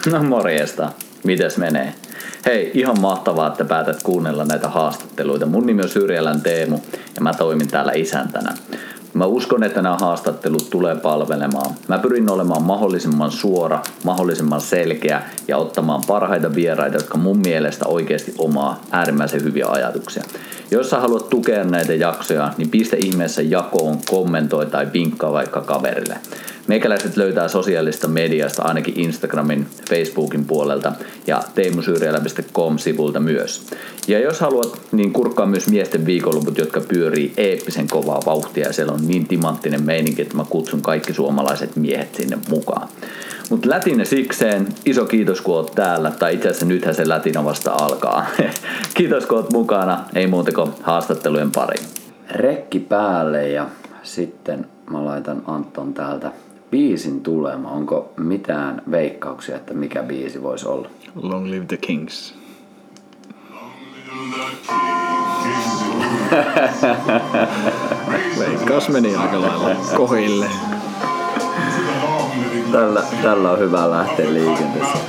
No morjesta. Mites menee? Hei, ihan mahtavaa, että päätät kuunnella näitä haastatteluita. Mun nimi on Syrjälän Teemu ja mä toimin täällä isäntänä. Mä uskon, että nämä haastattelut tulee palvelemaan. Mä pyrin olemaan mahdollisimman suora, mahdollisimman selkeä ja ottamaan parhaita vieraita, jotka mun mielestä oikeasti omaa äärimmäisen hyviä ajatuksia. Jos sä haluat tukea näitä jaksoja, niin pistä ihmeessä jakoon, kommentoi tai vinkkaa vaikka kaverille. Meikäläiset löytää sosiaalista mediasta ainakin Instagramin, Facebookin puolelta ja teemusyrjälä.com-sivulta myös. Ja jos haluat, niin kurkkaa myös miesten viikonloput, jotka pyörii eeppisen kovaa vauhtia ja siellä on niin timanttinen meininki, että mä kutsun kaikki suomalaiset miehet sinne mukaan. Mutta lätinä sikseen, iso kiitos kun oot täällä, tai itse asiassa nythän se lätinä vasta alkaa. Kiitos kun oot mukana, ei muuta kuin haastattelujen pariin. Rekki päälle ja sitten mä laitan Anton täältä biisin tulema. Onko mitään veikkauksia, että mikä biisi voisi olla? Long live the Kings. Veikkaus meni aika lailla kohille. Tällä on hyvä lähteä liikenteeseen.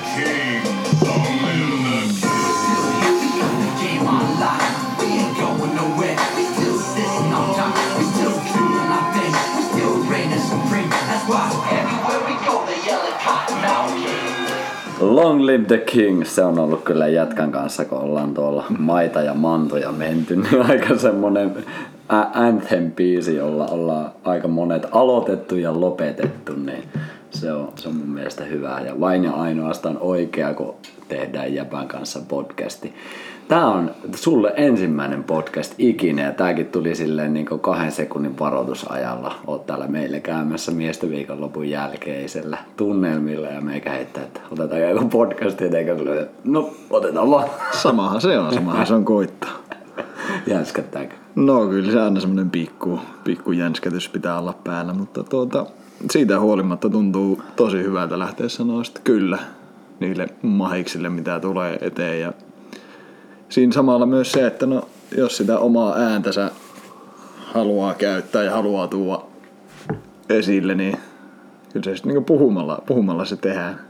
Long live the king, se on ollut kyllä jätkän kanssa, kun ollaan tuolla maita ja mantoja menty, niin aika semmonen anthem-biisi, jolla ollaan aika monet aloitettu ja lopetettu, niin se on mun mielestä hyvää ja vain ja ainoastaan oikea, kun tehdään jäpän kanssa podcasti. Tää on sulle ensimmäinen podcast ikinä ja tääkin tuli silleen niin 2 sekunnin varoitusajalla. Oot täällä meille käymässä miesten viikonlopun jälkeisellä tunnelmilla ja meikä heittää, että otetaan joku podcast ja no otetaan vaan. Samahan se on koittaa. Jänskättääkö? No kyllä se aina semmonen pikku jänskätys pitää olla päällä, mutta siitä huolimatta tuntuu tosi hyvältä lähteä sanoa sitten kyllä niille mahiksille mitä tulee eteen ja siinä samalla myös se, että no, jos sitä omaa ääntänsä haluaa käyttää ja haluaa tuoda esille, niin kyllä se sitten niin puhumalla se tehdään.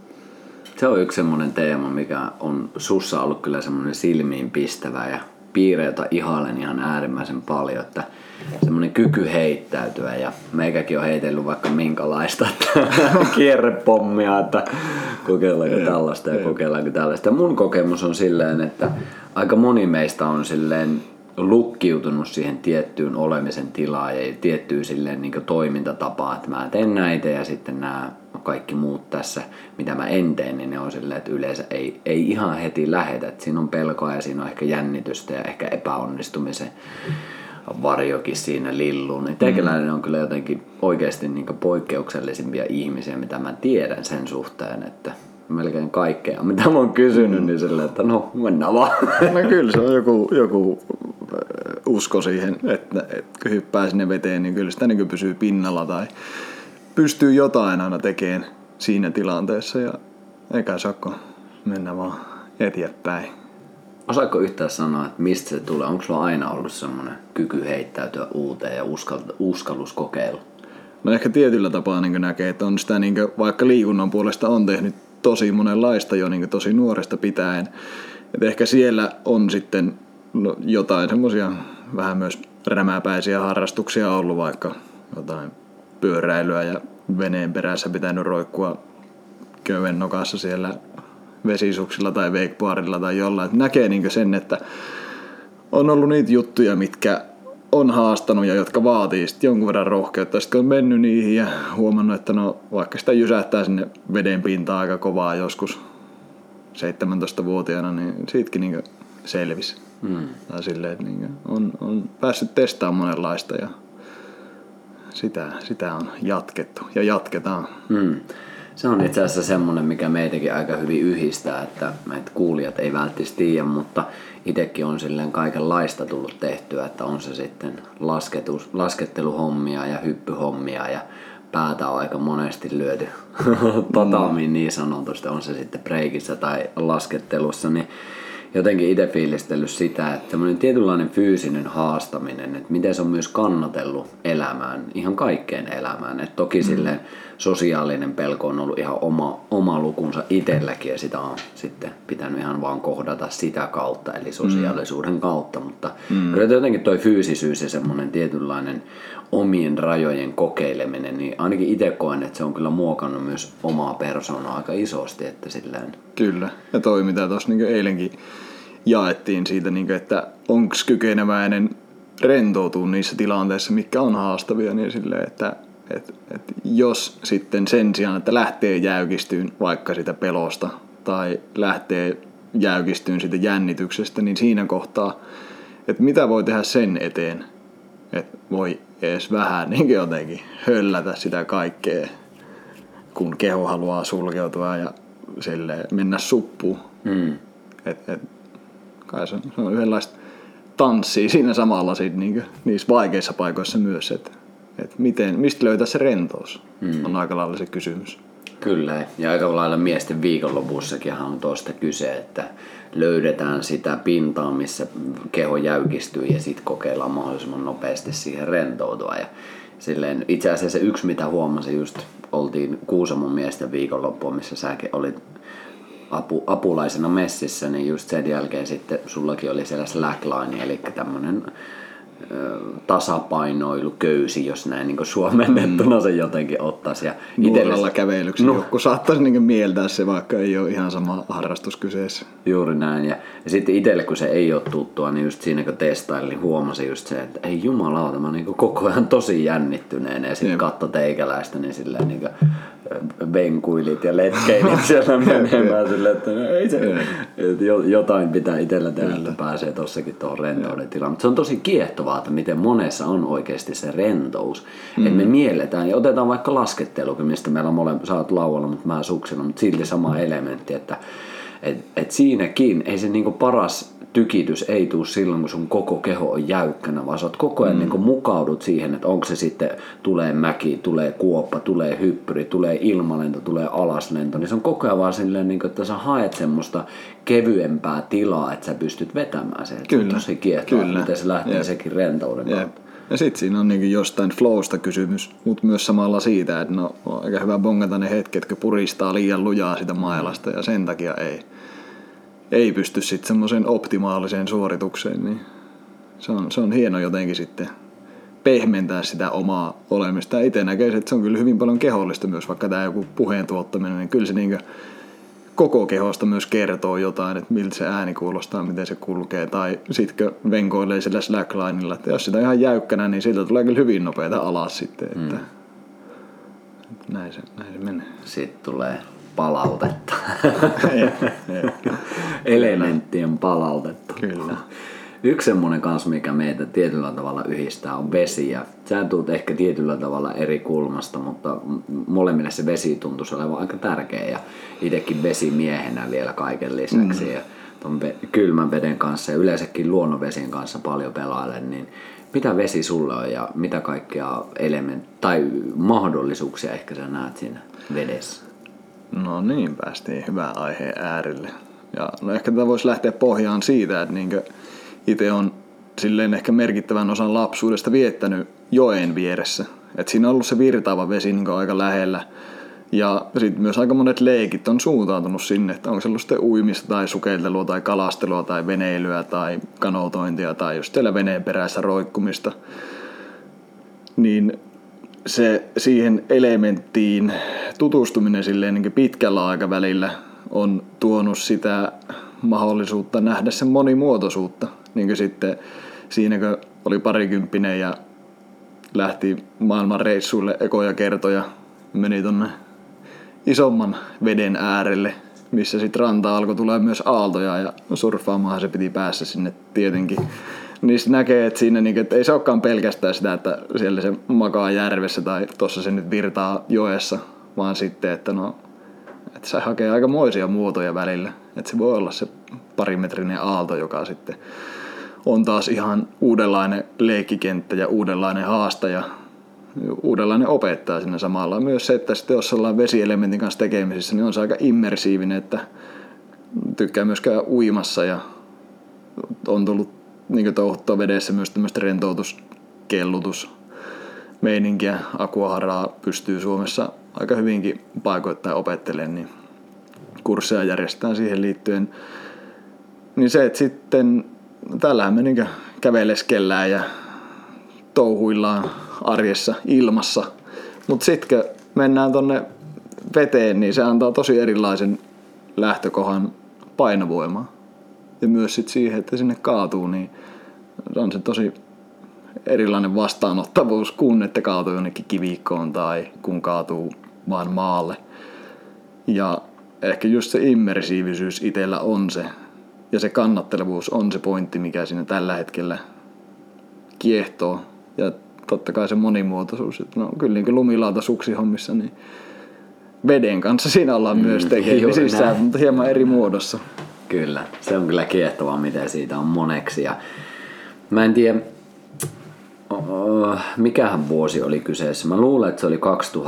Se on yksi semmoinen teema, mikä on sussa ollut kyllä semmoinen silmiin pistävä ja piirre, jota ihailen ihan äärimmäisen paljon, että semmoinen kyky heittäytyä ja meikäkin on heitellyt vaikka minkälaista kierrepommia, että kokeillaanko tällaista ja kokeillaanko tällaista. Ja mun kokemus on silleen, että aika moni meistä on silleen lukkiutunut siihen tiettyyn olemisen tilaan ja tiettyyn silleen niin kuin toimintatapaan, että mä teen näitä ja sitten nämä kaikki muut tässä, mitä mä en tee, niin ne on silleen, että yleensä ei ihan heti lähetä. Että siinä on pelkoa ja siinä on ehkä jännitystä ja ehkä epäonnistumisen varjokin siinä lilluun. Teikäläinen on kyllä jotenkin oikeasti niin kuin poikkeuksellisimpia ihmisiä, mitä mä tiedän sen suhteen, että melkein kaikkea, mitä mä oon kysynyt, niin silleen, että no mennään vaan. No kyllä se on joku usko siihen, että kun hyppää sinne veteen, niin kyllä sitä niin pysyy pinnalla tai pystyy jotain aina tekemään siinä tilanteessa ja eikä sakko mennä vaan eteenpäin. Osaatko yhtään sanoa, että mistä se tulee? Onko sulla aina ollut semmoinen kyky heittäytyä uuteen ja uskallus kokeilla? No ehkä tietyllä tapaa niin näkee, että on sitä niin vaikka liikunnan puolesta on tehnyt tosi monenlaista jo niin tosi nuoresta pitäen. Että ehkä siellä on sitten jotain semmoisia vähän myös rämäpäisiä harrastuksia ollut, vaikka jotain pyöräilyä ja veneen perässä pitänyt roikkua köven nokassa siellä vesisuksilla tai wakeboardilla tai jollain. Että näkee niin sen, että on ollut niitä juttuja, mitkä on haastanut ja jotka vaatii sitten jonkun verran rohkeutta. Sitten on mennyt niihin ja huomannut, että no, vaikka sitä jysähtää sinne veden pintaan aika kovaa joskus 17-vuotiaana, niin siitäkin niin selvisi. Tai silleen, että niin on päässyt testaamaan monenlaista ja sitä on jatkettu ja jatketaan. Se on itse asiassa semmoinen, mikä meitäkin aika hyvin yhdistää, että meitä kuulijat ei välttämättä tiedä, mutta itsekin on silleen kaikenlaista tullut tehtyä, että on se sitten lasketteluhommia ja hyppyhommia ja päätä on aika monesti lyöty tatamiin niin sanotusti, on se sitten breikissä tai laskettelussa, niin jotenkin itse fiilistellyt sitä, että semmoinen tietynlainen fyysinen haastaminen, että miten se on myös kannatellut elämään, ihan kaikkeen elämään. Että toki silleen sosiaalinen pelko on ollut ihan oma lukunsa itselläkin ja sitä on sitten pitänyt ihan vaan kohdata sitä kautta, eli sosiaalisuuden kautta. Mutta jotenkin toi fyysisyys ja semmoinen tietynlainen omien rajojen kokeileminen, niin ainakin itse koen, että se on kyllä muokannut myös omaa persoonaa aika isosti. Että silleen... Kyllä, ja toi mitä tuossa niin eilenkin jaettiin siitä, niin kuin, että onko kykeneväinen rentoutua niissä tilanteissa, mitkä on haastavia, niin silleen, että jos sitten sen sijaan, että lähtee jäykistyyn vaikka sitä pelosta tai lähtee jäykistyyn siitä jännityksestä, niin siinä kohtaa, että mitä voi tehdä sen eteen, että voi edes vähän niin jotenkin höllätä sitä kaikkea, kun keho haluaa sulkeutua ja silleen mennä suppuun. Kai se on yhdenlaista tanssia siinä samalla niin niissä vaikeissa paikoissa myös, että mistä löytää se rentous, on aika lailla se kysymys. Kyllä, ja aika lailla miesten viikonlopussakin on tuosta kyse, että löydetään sitä pintaa, missä keho jäykistyy ja sitten kokeillaan mahdollisimman nopeasti siihen rentoutua. Ja silleen, itse asiassa yksi mitä huomasin, just oltiin Kuusamon miesten viikonloppua, missä säkin olit apulaisena messissä, niin just sen jälkeen sitten sullakin oli siellä slackline, eli tämmönen tasapainoiluköysi, jos näin niin suomennettuna se jotenkin ottaisi. Nuoralla kävelyksi joku saattaisi niin mieltää se, vaikka ei ole ihan sama harrastus kyseessä. Juuri näin. Ja sitten itselle, kun se ei ole tuttua, niin just siinä kun testailin, niin huomasin just se, että ei jumalauta, mä niin koko ajan tosi jännittyneen. Ja sitten katso teikäläistä, niin silleen niin venkuilit ja letkeilit siellä menemään silleen, että ei se, että jotain pitää itsellä tehdä, että pääsee tossakin tuohon rentouden tilaan. Mutta se on tosi kiehtovaa, että miten monessa on oikeasti se rentous. Että me mielletään ja otetaan vaikka laskettelukin, mistä meillä on molemmat, sä oot laualla, mutta mä suksilla, mutta silti sama elementti, että siinäkin ei se niinku paras tykitys ei tule silloin, kun sun koko keho on jäykkänä, vaan sä oot koko ajan niinku mukaudut siihen, että onko se sitten tulee mäki, tulee kuoppa, tulee hyppyri, tulee ilmalento, tulee alaslento, niin se on koko ajan vaan silleen, niinku, että sä haet semmoista kevyempää tilaa, että sä pystyt vetämään sen. Se on tosi kiehtovaa, miten se lähtee sekin rentouden kautta. Ja sit siinä on niinku jostain flowsta kysymys, mutta myös samalla siitä, että no on aika hyvä bongata ne hetket, kun puristaa liian lujaa sitä mailasta ja sen takia ei pysty sitten semmoiseen optimaaliseen suoritukseen, niin se on hieno jotenkin sitten pehmentää sitä omaa olemista. Ja itse näkee, että se on kyllä hyvin paljon kehollista myös, vaikka tämä joku puheen tuottaminen, niin kyllä se niinku koko kehosta myös kertoo jotain, että miltä se ääni kuulostaa, miten se kulkee, tai sitkö venkoilee sillä slacklinella, että jos sitä on ihan jäykkänä, niin siltä tulee kyllä hyvin nopeita alas sitten, että näin se menee. Sitten tulee palautetta. Elementtien palautetta. Kyllä. Yksi semmoinen kanssa, mikä meitä tietyllä tavalla yhdistää, on vesi. Ja sä tulet ehkä tietyllä tavalla eri kulmasta, mutta molemmille se vesi tuntuisi olevan aika tärkeä. Ja itsekin vesimiehenä vielä kaiken lisäksi. Ja ton kylmän veden kanssa ja yleensäkin luonnonvesien kanssa paljon pelailen, niin mitä vesi sulle on ja mitä kaikkea tai mahdollisuuksia ehkä sä näet siinä vedessä? No niin, päästiin hyvään aiheen äärelle. Ja no ehkä tätä voisi lähteä pohjaan siitä, että niinkö itse on silleen ehkä merkittävän osan lapsuudesta viettänyt joen vieressä. Että siinä on ollut se virtaava vesi niinkö aika lähellä. Ja sitten myös aika monet leikit on suuntautunut sinne, että onko sellaista uimista tai sukeltelua tai kalastelua tai veneilyä tai kanootointia tai just siellä veneen perässä roikkumista. Niin se siihen elementtiin tutustuminen silleen niin pitkällä aikavälillä on tuonut sitä mahdollisuutta nähdä sen monimuotoisuutta. Niin kuin sitten siinä kun oli parikymppinen ja lähti maailman reissuille ekoja kertoja, meni tonne isomman veden äärelle, missä sitten ranta alkoi tulla myös aaltoja ja surffaamaan se piti päässä sinne tietenkin. Niin näkee, että siinä että ei se olekaan pelkästään sitä, että siellä se makaa järvessä tai tuossa se nyt virtaa joessa, vaan sitten, että että se hakee aikamoisia muotoja välillä. Että se voi olla se parimetrinen aalto, joka sitten on taas ihan uudenlainen leikkikenttä ja uudenlainen haastaja, uudenlainen opettaja sinne samalla. Myös se, että sitten jos ollaan vesielementin kanssa tekemisissä, niin on se aika immersiivinen, että tykkää myöskään uimassa ja on tullut niin touhuttua vedessä myös tämmöistä rentoutuskellutusmeininkiä. Aquaharaa pystyy Suomessa aika hyvinkin paikoittain opettelemaan, niin kursseja järjestetään siihen liittyen. Niin se, että sitten täällähän me niin käveleskellään ja touhuillaan arjessa ilmassa. Mutta sitten kun mennään tonne veteen, niin se antaa tosi erilaisen lähtökohan painovoimaa. Ja myös sit siihen, että sinne kaatuu, niin on se tosi erilainen vastaanottavuus, kun että kaatuu jonnekin kivikkoon tai kun kaatuu vaan maalle. Ja ehkä just se immersiivisyys itsellä on se, ja se kannattelevuus on se pointti, mikä siinä tällä hetkellä kiehtoo. Ja totta kai se monimuotoisuus. No kyllä niin kuin lumilauta suksihommissa, niin veden kanssa siinä ollaan myös tekemisissä, mutta hieman eri muodossa. Kyllä, se on kyllä kiehtovaa, miten siitä on moneksi. Ja mä en tiedä, mikähän vuosi oli kyseessä. Mä luulen, että se oli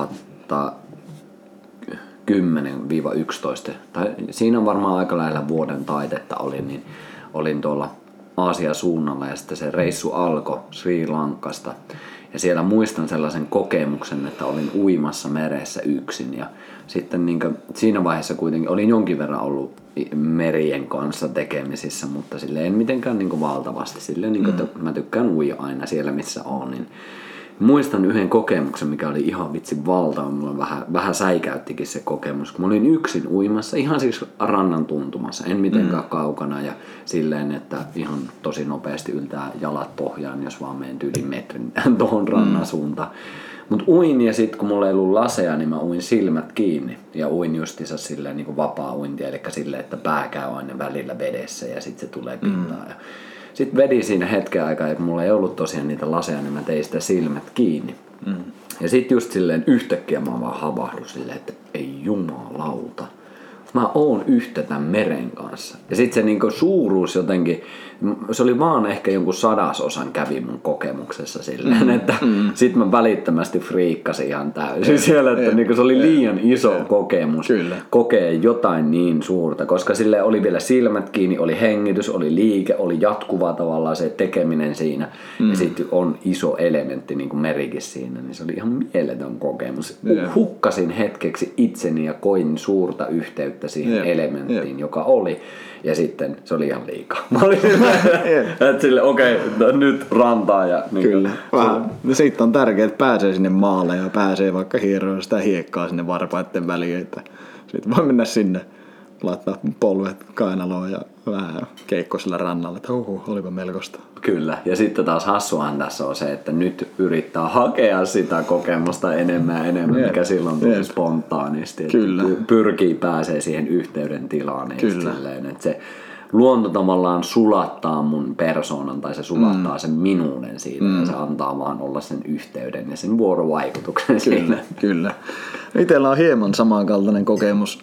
2010-11. Tai siinä on varmaan aika lähellä vuoden taitetta niin olin tuolla Aasian suunnalla ja sitten se reissu alkoi Sri Lankasta. Ja siellä muistan sellaisen kokemuksen, että olin uimassa meressä yksin ja sitten siinä vaiheessa kuitenkin olin jonkin verran ollut merien kanssa tekemisissä, mutta sille en mitenkään valtavasti. Silleen, että mä tykkään uida aina siellä, missä on. Niin muistan yhden kokemuksen, mikä oli ihan vitsi valtava. Mulla vähän säikäyttikin se kokemus, kun mä olin yksin uimassa, ihan siis rannan tuntumassa, en mitenkään kaukana ja silleen, että ihan tosi nopeasti yltää jalat pohjaan, jos vaan menen yli metrin tuohon rannan suuntaan. Mut uin ja sit kun mulla ei ollut laseja, niin mä uin silmät kiinni ja uin justiinsa silleen vapaa uintia, eli silleen, että pää käy aina välillä vedessä ja sit se tulee pintaan. Sitten vedin siinä hetken aikaa, ja kun mulla ei ollut tosiaan niitä laseja, niin mä tein sitä silmät kiinni. Ja sitten just silleen yhtäkkiä mä vaan havahdun silleen, että ei jumalauta. Mä oon yhtä tämän meren kanssa. Ja sitten se suuruus jotenkin, se oli vaan ehkä jonkun 100% kävi mun kokemuksessa silleen, että sit mä välittömästi friikkasin ihan täysin siellä, että se oli liian iso kokemus kokea jotain niin suurta, koska sille oli vielä silmät kiinni, oli hengitys, oli liike, oli jatkuva tavallaan se tekeminen siinä ja sitten on iso elementti niin kuin merikin siinä, niin se oli ihan mieletön kokemus. Hukkasin hetkeksi itseni ja koin suurta yhteyttä siihen elementtiin, joka oli. Ja sitten se oli ihan liikaa. Mä olin että sille okei, nyt rantaa. Ja kyllä. No siitä on tärkeää, että pääsee sinne maalle ja pääsee vaikka hieroon sitä hiekkaa sinne varpaiden väliin. Että sitten voi mennä sinne, laittaa polvet kainaloon ja vähän keikko sillä rannalla. Että olipa melkoista. Kyllä. Ja sitten taas hassuahan tässä on se, että nyt yrittää hakea sitä kokemusta enemmän, mikä silloin tuli spontaanisti. Kyllä. Pyrkii pääsee siihen yhteyden tilaan. Silleen, että se luonto tavallaan sulattaa mun persoonan tai se sulattaa sen minuuden siitä ja se antaa vaan olla sen yhteyden ja sen vuorovaikutuksen siinä. Kyllä. Itsellä on hieman samankaltainen kokemus.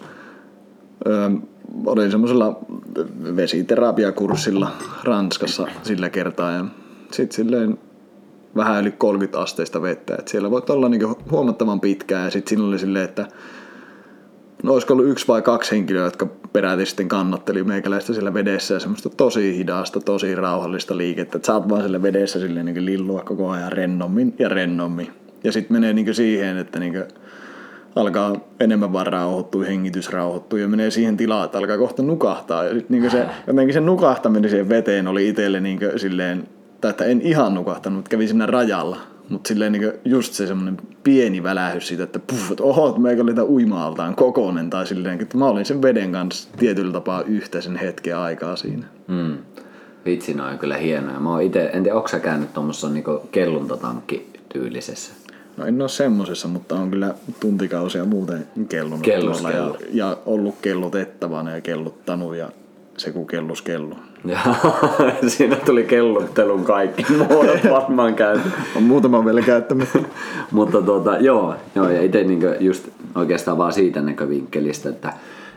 Olin semmoisella vesiterapiakurssilla Ranskassa sillä kertaa ja sitten silleen vähän yli 30 asteista vettä, että siellä voit olla niinku huomattavan pitkään ja sitten siinä oli silleen, että no olisiko ollut 1 vai 2 henkilöä, jotka peräti sitten kannatteli meikäläistä siellä vedessä ja semmoista tosi hidasta, tosi rauhallista liikettä, että sä oot vaan siellä vedessä silleen niinku lillua koko ajan rennommin ja sitten menee niinku siihen, että niinku alkaa enemmän vaan rauhoittua, hengitys rauhoittuu ja menee siihen tilaan, että alkaa kohta nukahtaa. Ja sitten niinku se nukahtaminen siihen veteen oli itselle niinku silleen, että en ihan nukahtanut, mutta kävin siinä rajalla. Mutta silleen niinku just se semmoinen pieni välähys siitä, että meikä oli tämän uima-altaan kokonen. Tai silleen, että mä olin sen veden kanssa tietyllä tapaa yhtä sen hetken aikaa siinä. Vitsi, ne on kyllä hienoja. Mä oon ite, en tiedä, onko sä käynyt tuommoissa niinku kelluntotankki tyylisessä? No en ole semmosessa, mutta on kyllä tuntikausia muuten kellunut ja ollut kellutettavana ja kelluttanut ja se kun kellus kellu. Siinä tuli kelluttelun kaikki muodot varmaan käyty. On muutama vielä käyttämättä. Mutta joo, ja itse niinku just oikeastaan vaan siitä näkövinkkelistä, että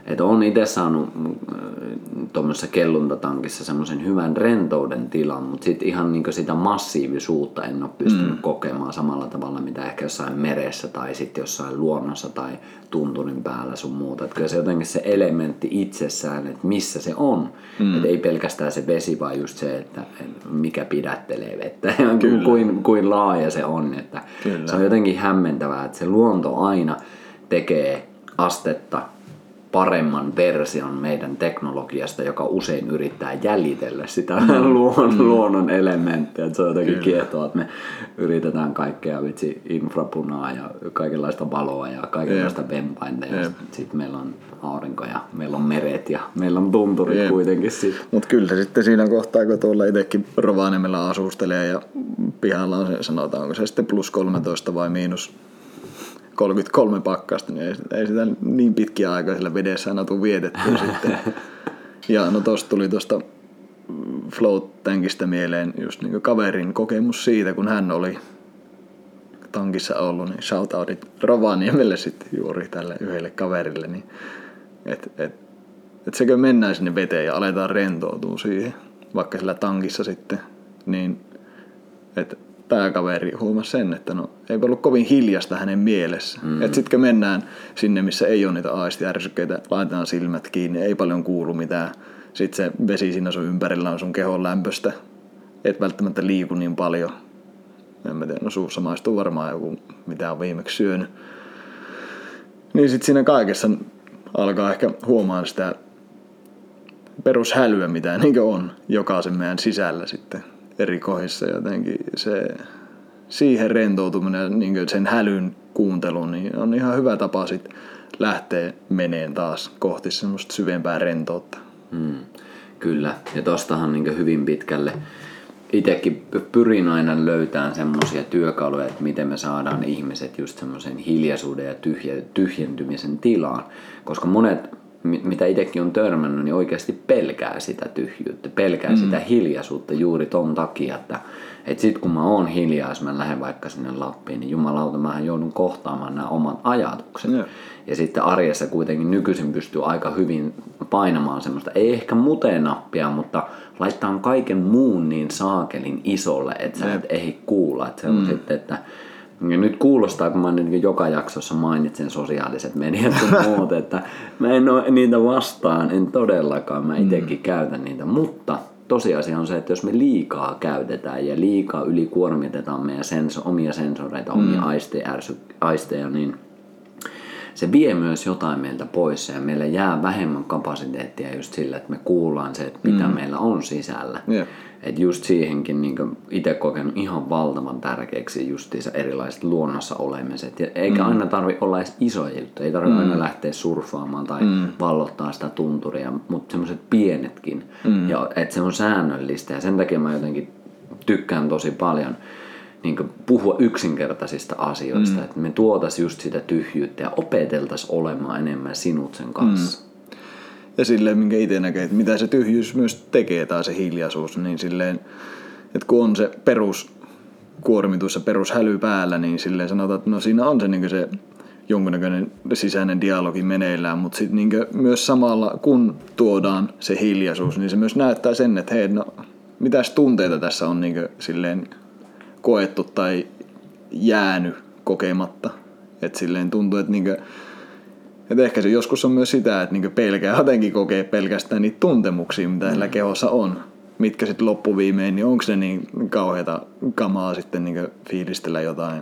Että on itse saanut tuommoisessa kelluntatankissa semmoisen hyvän rentouden tilan, mutta sitten ihan niinku sitä massiivisuutta en ole pystynyt kokemaan samalla tavalla, mitä ehkä jossain meressä tai sitten jossain luonnossa tai tunturin päällä sun muuta. Että kyllä se jotenkin se elementti itsessään, että missä se on. Että ei pelkästään se vesi, vaan just se, että mikä pidättelee vettä ja kuin laaja se on. Että se on jotenkin hämmentävää, että se luonto aina tekee astetta paremman version meidän teknologiasta, joka usein yrittää jäljitellä sitä luonnon elementtiä. Että se on jotenkin kiehtoa, että me yritetään kaikkea infrapunaa ja kaikenlaista valoa ja kaikenlaista vempainta. Ja sitten meillä on aurinko ja meillä on meret ja meillä on tunturit kuitenkin. Mutta kyllä se sitten siinä kohtaa, kun tuolla itsekin Rovaniemellä asustelee ja pihalla on se, sanotaan, onko se sitten plus 13 vai miinus 33 pakkasta, niin ei sitä niin pitkiä aikaa sillä vedessä aina tule vietettyä sitten. Ja no tosta tuli tuosta float-tankista mieleen just niin kaverin kokemus siitä, kun hän oli tankissa ollut, niin shoutoutit Rovaniemelle sitten juuri tälle yhdelle kaverille, niin et sekö mennään sinne veteen ja aletaan rentoutua siihen, vaikka sillä tankissa sitten, niin että tämä kaveri huomasi sen, että no ei ollut kovin hiljasta hänen mielessä. Että sitten kun mennään sinne, missä ei ole niitä aistiärsykkeitä, laitetaan silmät kiinni, ei paljon kuulu mitään. Sitten se vesi siinä sun ympärillä on sun kehon lämpöstä. Et välttämättä liiku niin paljon. En mä tiedä, no suussa maistuu varmaan joku, mitä on viimeksi syönyt. Niin sitten siinä kaikessa alkaa ehkä huomaa sitä perushälyä, mitä niin on jokaisen meidän sisällä sitten eri kohdissa. Jotenkin se siihen rentoutuminen, niin sen hälyn kuuntelu, niin on ihan hyvä tapa sitten lähteä meneen taas kohti semmoista syvempää rentoutta. Kyllä, ja tostahan niin hyvin pitkälle itsekin pyrin aina löytämään semmoisia työkaluja, että miten me saadaan ihmiset just semmoisen hiljaisuuden ja tyhjentymisen tilaan, koska monet, mitä itsekin on törmännyt, niin oikeasti pelkää sitä tyhjyyttä, pelkää sitä hiljaisuutta juuri ton takia, että sit kun mä oon hiljaa, jos mä lähden vaikka sinne Lappiin, niin jumalauta, mähän joudun kohtaamaan nämä omat ajatukset. Ja sitten arjessa kuitenkin nykyisin pystyy aika hyvin painamaan semmoista, ei ehkä mute-nappia, mutta laittaa kaiken muun niin saakelin isolle, että sä et ehdi kuulla. Että se on sitten, että ja nyt kuulostaa, kun mä nyt joka jaksossa mainitsen sosiaaliset mediat ja muut, että mä en ole niitä vastaan, en todellakaan, mä itsekin käytän niitä, mutta tosiasia on se, että jos me liikaa käytetään ja liikaa ylikuormitetaan meidän omia sensoreita, omia aisteja, niin se vie myös jotain meiltä pois ja meillä jää vähemmän kapasiteettia just sillä, että me kuullaan se, että mitä meillä on sisällä. Että just siihenkin niin itse kokenut ihan valtavan tärkeäksi justiinsa erilaiset luonnossa olemiset. Ja eikä aina tarvitse olla edes isoja juttuja, ei tarvitse aina lähteä surffaamaan tai vallottaa sitä tunturia, mutta semmoiset pienetkin. Ja että se on säännöllistä ja sen takia mä jotenkin tykkään tosi paljon niin puhua yksinkertaisista asioista, että me tuotaisiin just sitä tyhjyyttä ja opeteltaisiin olemaan enemmän sinut sen kanssa. Ja silleen, minkä itse näkee, että mitä se tyhjyys myös tekee tai se hiljaisuus, niin silleen, että kun on se peruskuormitus ja perushäly päällä, niin silleen sanotaan, että no siinä on se, niin se jonkunnäköinen sisäinen dialogi meneillään, mutta sitten niin myös samalla kun tuodaan se hiljaisuus, niin se myös näyttää sen, että hei, no mitäs tunteita tässä on niin silleen koettu tai jäänyt kokematta. Että silleen tuntuu, että niinku, et ehkä se joskus on myös sitä, että niinku pelkää jotenkin kokee pelkästään niitä tuntemuksia, mitä sillä kehossa on. Mitkä sitten loppuviimein, niin onko se niin kauheata kamaa sitten niinku fiilistellä jotain,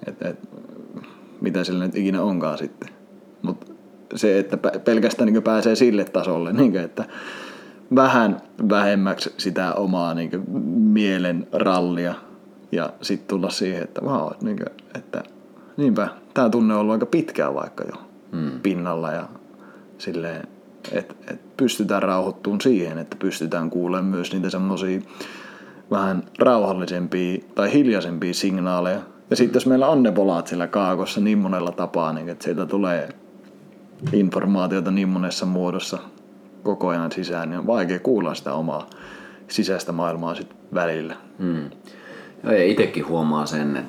mitä sillä nyt ikinä onkaan sitten. Mutta se, että pelkästään niinku pääsee sille tasolle, niinku, että vähän vähemmäksi sitä omaa niinku mielen rallia ja sitten tulla siihen, että vau, niinku, että niinpä, tää tunne on ollut aika pitkään vaikka jo pinnalla ja silleen, että pystytään rauhoittumaan siihen, että pystytään kuulemaan myös niitä semmosia vähän rauhallisempia tai hiljaisempia signaaleja. Ja sitten jos meillä on ne polaat siellä kaakossa niin monella tapaa, niin että sieltä tulee informaatiota niin monessa muodossa koko ajan sisään, niin on vaikea kuulla sitä omaa sisäistä maailmaa sit välillä. Joo, ja itsekin huomaa sen, että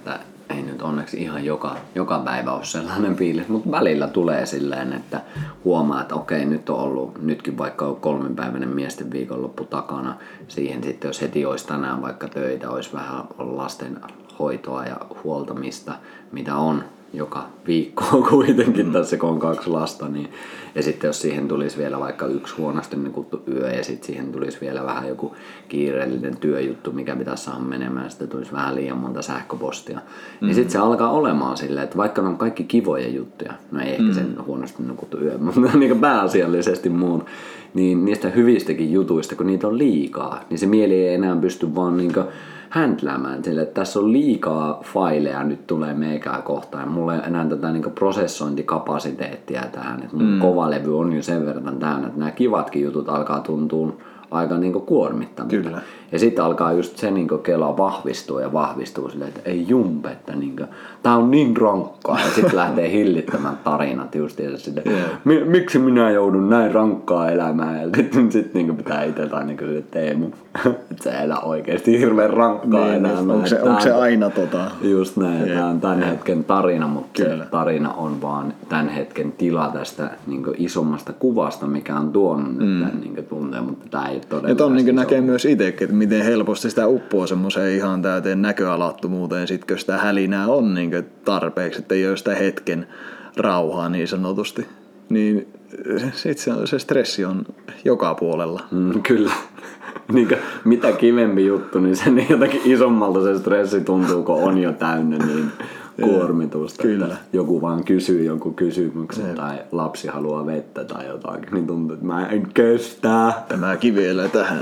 ei nyt onneksi ihan joka päivä ole sellainen fiilis, mutta välillä tulee silleen, että huomaa, että okei, nyt on ollut nytkin vaikka on 3-päiväinen miesten viikonloppu takana. Siihen sitten, jos heti olisi tänään vaikka töitä, olisi vähän lasten hoitoa ja huoltamista, mitä on joka viikko kuitenkin tässä, kun on 2 lasta. Niin. Ja sitten jos siihen tulisi vielä vaikka 1 huonosti nukuttu yö ja sitten siihen tulisi vielä vähän joku kiireellinen työjuttu, mikä pitäisi saada menemään, sitten tulisi vähän liian monta sähköpostia. Niin sitten se alkaa olemaan silleen, että vaikka ne on kaikki kivoja juttuja, no ei ehkä sen huonosti nukuttu yö, mutta niin pääasiallisesti muun, niin niistä hyvistäkin jutuista, kun niitä on liikaa, niin se mieli ei enää pysty vaan niinku händläämään sille, että tässä on liikaa faileja nyt tulee meikää kohtaan. Mulla ei ole enää tätä niinku prosessointikapasiteettia tähän, että mun kovalevy on jo sen verran täynnä, että nämä kivatkin jutut alkaa tuntua aika niinku kuormittavilta. Kyllä. Ja sitten alkaa just se niinku kela vahvistuu silleen, että ei jumpe, että niinku, tää on niin rankkaa. Ja sitten lähtee hillittämään tarinat just sitä, miksi minä joudun näin rankkaa elämään. Ja sitten niinku pitää itse tai niinku sille Teemu, että sä elä oikeesti hirveän rankkaa elämää. Onko se aina Just näin, tää on tämän hetken tarina, mutta se tarina on vaan tämän hetken tila tästä niinku isommasta kuvasta, mikä on tuonut nyt tämän niinku tunteen, mutta tää ei todella. Ja ton niin näkee myös itsekin, että miten helposti sitä uppoo semmoiseen ihan täyteen näköalattomuuteen, sit kun sitä hälinää on niin tarpeeksi, että ei ole sitä hetken rauhaa niin sanotusti. Niin sit se stressi on joka puolella. Kyllä. Niinkö, mitä kivempi juttu, niin sen jotakin isommalta se stressi tuntuu, kun on jo täynnä niin kuormitusta. Kyllä. Joku vaan kysyy jonkun kysymyksen tai lapsi haluaa vettä tai jotakin, niin tuntuu, että mä en kestä. Tämä kivielä tähän.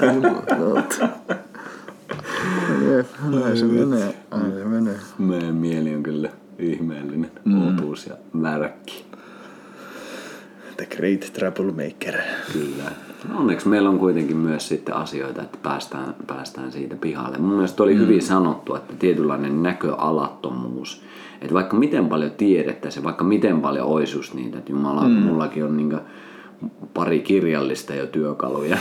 Näin se menee. Meidän mieli on kyllä ihmeellinen otus ja märkki. The great troublemaker. Kyllä. Onneksi meillä on kuitenkin myös sitten asioita, että päästään siitä pihalle. Mun mielestä oli hyvin sanottu, että tietynlainen näköalattomuus. Että vaikka miten paljon tiedettäisiin, vaikka miten paljon olisi just niitä, että jumala, mullakin on niinku pari kirjallista jo työkaluja,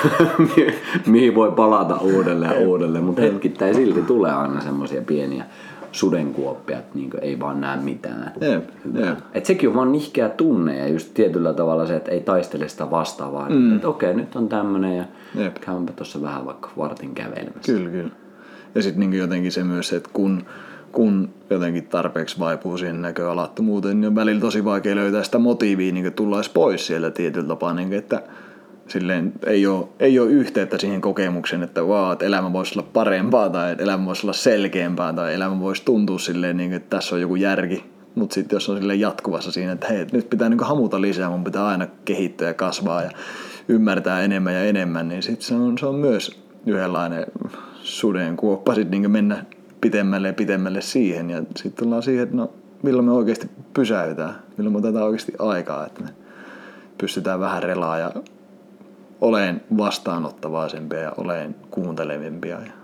mihin voi palata uudelleen, mutta hetkittäin silti tulee aina semmoisia pieniä sudenkuoppia, että niinku ei vaan näe mitään. Et sekin on vaan nihkeä tunne ja just tietyllä tavalla se, että ei taistele sitä vastaan, vaan että okei, nyt on tämmönen ja käympä tuossa vähän vaikka vartin kävelemässä. Kyllä. Ja sitten niinku jotenkin se myös, että kun jotenkin tarpeeksi vaipuu siihen näköalattomuuteen, niin on välillä tosi vaikea löytää sitä motiivia niin tulla edes pois sieltä tietyllä tapaa, niin että silleen ei ole yhteyttä siihen kokemukseen, että että elämä voisi olla parempaa tai että elämä voisi olla selkeämpää tai elämä voisi tuntua silleen, niin että tässä on joku järki. Mutta sitten jos on silleen jatkuvassa siinä, että hei, nyt pitää niin hamuta lisää, mun pitää aina kehittyä ja kasvaa ja ymmärtää enemmän ja enemmän, niin sitten se on myös yhdenlainen sudenkuoppa sitten niin mennä pitemmälle siihen ja sitten tullaan siihen, että no milloin me oikeasti pysäytään, milloin me otetaan oikeasti aikaa, että me pystytään vähän relaa ja olen vastaanottavaisempia ja olen kuuntelevimpia ja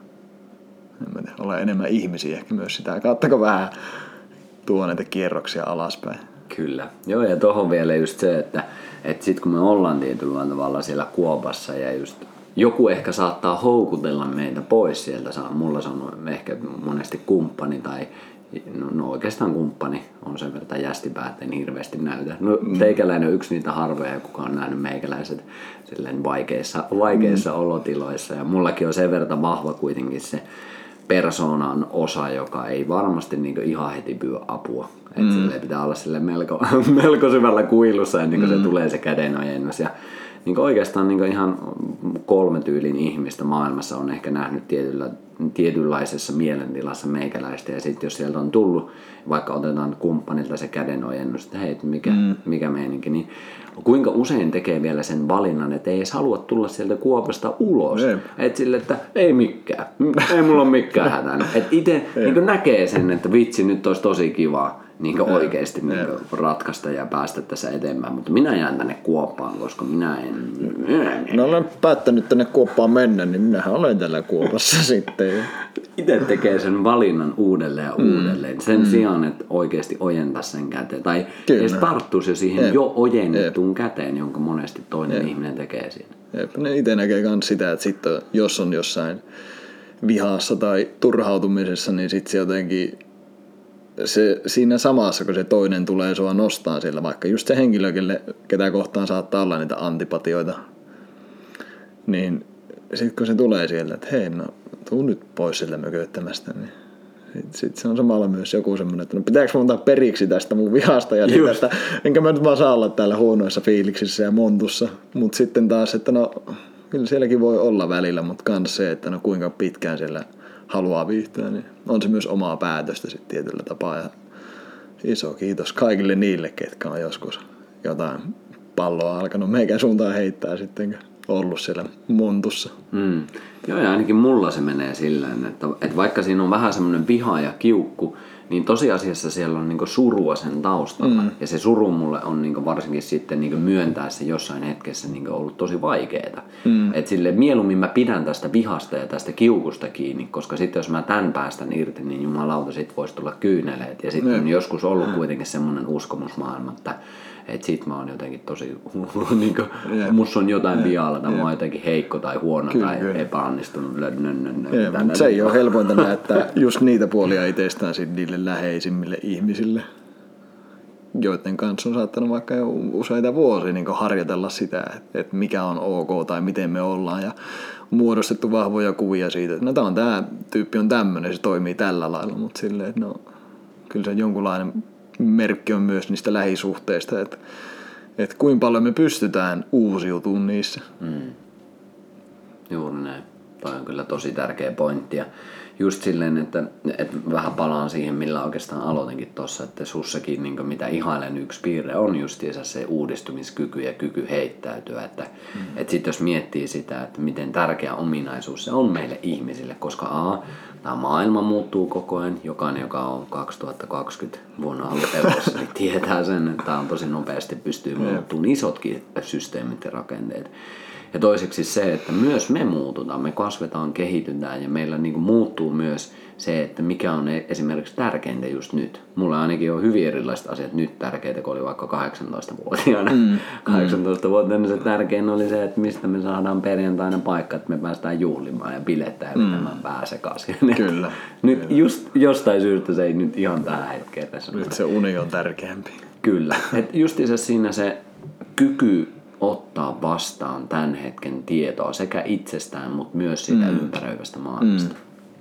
olen enemmän ihmisiä ehkä myös sitä. Kattako vähän tuo näitä kierroksia alaspäin. Kyllä. Joo, ja tohon vielä just se, että sit kun me ollaan tietyllä tavalla siellä kuopassa ja just joku ehkä saattaa houkutella meitä pois sieltä. Mulla on ehkä monesti kumppani tai no oikeastaan kumppani on sen verran jästipää, ettei niin hirveästi näytä. No teikäläinen on yksi niitä harvoja, kuka on nähnyt meikäläiset silleen vaikeissa olotiloissa. Ja mullakin on sen verran vahva kuitenkin se persoonan osa, joka ei varmasti niinku ihan heti pyy apua. Että silleen pitää olla silleen melko syvällä kuilussa ennen kuin se tulee se kädenojennus. Ja niin oikeastaan niin ihan 3 tyylin ihmistä maailmassa on ehkä nähnyt tietynlaisessa mielentilassa meikäläistä. Ja sitten jos sieltä on tullut, vaikka otetaan kumppanilta se kädenojennus, että hei, mikä meininki, niin kuinka usein tekee vielä sen valinnan, että ei edes halua tulla sieltä kuopasta ulos. Että sille, että ei mikään, ei mulla ole mikään hätänä. Että itse niin näkee sen, että vitsi, nyt olisi tosi kivaa. Niin oikeasti niin ratkaista ja päästä tässä eteenpäin, mutta minä jään tänne kuoppaan, koska minä en... No olen päättänyt tänne kuoppaan mennä, niin minähän olen tällä kuopassa sitten. Itse tekee sen valinnan uudelleen ja uudelleen, sen sijaan, että oikeasti ojentaa sen käteen. Tai edes tarttuisi jo siihen jo ojennettuun käteen, jonka monesti toinen ihminen tekee siinä. Ne itse näkee myös sitä, että sitten jos on jossain vihassa tai turhautumisessa, niin sitten se jotenkin se siinä samassa, kun se toinen tulee sua nostaa siellä, vaikka just se henkilö, ketä kohtaan saattaa olla niitä antipatioita, niin sitten kun se tulee sieltä, että hei, no tuu nyt pois sieltä mököttämästä, niin sitten se on samalla myös joku semmoinen, että no pitääkö mun antaa periksi tästä mun vihasta ja siitä, että enkä mä nyt vaan saa olla täällä huonoissa fiiliksissä ja montussa, mutta sitten taas, että no kyllä sielläkin voi olla välillä, mutta kans se, että no kuinka pitkään siellä haluaa viihtyä, niin on se myös omaa päätöstä sitten tietyllä tapaa. Ja iso kiitos kaikille niille, ketkä on joskus jotain palloa alkanut meikän suuntaan heittää sitten, ollut siellä montussa. Joo, ja ainakin mulla se menee silleen, että vaikka siinä on vähän semmoinen viha ja kiukku, niin tosiasiassa siellä on niinku surua sen taustalla. Ja se suru mulle on niinku varsinkin sitten niinku myöntää se jossain hetkessä niinku ollut tosi vaikeeta. Et silleen mieluummin mä pidän tästä vihasta ja tästä kiukusta kiinni, koska sitten jos mä tän päästän irti, niin jumalauta sit voisi tulla kyyneleet. Ja sitten on joskus ollut kuitenkin semmoinen uskomusmaailma, että sit mä oon jotenkin tosi niinku, musta on jotain vialla tai mä oon jotenkin heikko tai huono tai epäonnistunut. Mutta se ei ole helpointa näyttää just niitä puolia itsestään niille läheisimmille ihmisille, joiden kanssa on saattanut vaikka jo useita vuosia niin harjoitella sitä, että mikä on ok tai miten me ollaan ja muodostettu vahvoja kuvia siitä, että no tämä tyyppi on tämmöinen, se toimii tällä lailla, mutta silleen, että no kyllä se jonkunlainen merkki on myös niistä lähisuhteista, että kuinka paljon me pystytään uusiutumaan niissä. Juuri näin. Toi on kyllä tosi tärkeä pointti. Ja just silleen, että vähän palaan siihen, millä oikeastaan aloitinkin tossa, että sussakin niin mitä ihailen yksi piirre on justiinsa se uudistumiskyky ja kyky heittäytyä. Että sit jos miettii sitä, että miten tärkeä ominaisuus se on meille ihmisille, koska tämä maailma muuttuu koko ajan. Jokainen, joka on 2020 vuonna ollut elossa, niin tietää sen, että tämä on tosi nopeasti pystyy muuttumaan isotkin systeemit ja rakenteet. Ja toiseksi se, että myös me muututaan, me kasvetaan, kehitytään ja meillä niin kuin muuttuu myös se, että mikä on esimerkiksi tärkeintä just nyt. Mulla ainakin on hyvin erilaiset asiat nyt tärkeitä, kun oli vaikka 18-vuotiaana. 18-vuotiaana se tärkein oli se, että mistä me saadaan perjantaina paikka, että me päästään juhlimaan ja bilettää ja vetämään pää sekaisin. Kyllä. Nyt just jostain syystä se ei nyt ihan tähän hetkeen tässä. Nyt se uni on tärkeämpi. Kyllä. Et justiinsa siinä se kyky ottaa vastaan tämän hetken tietoa sekä itsestään, mutta myös siitä ympäröivästä maailmasta.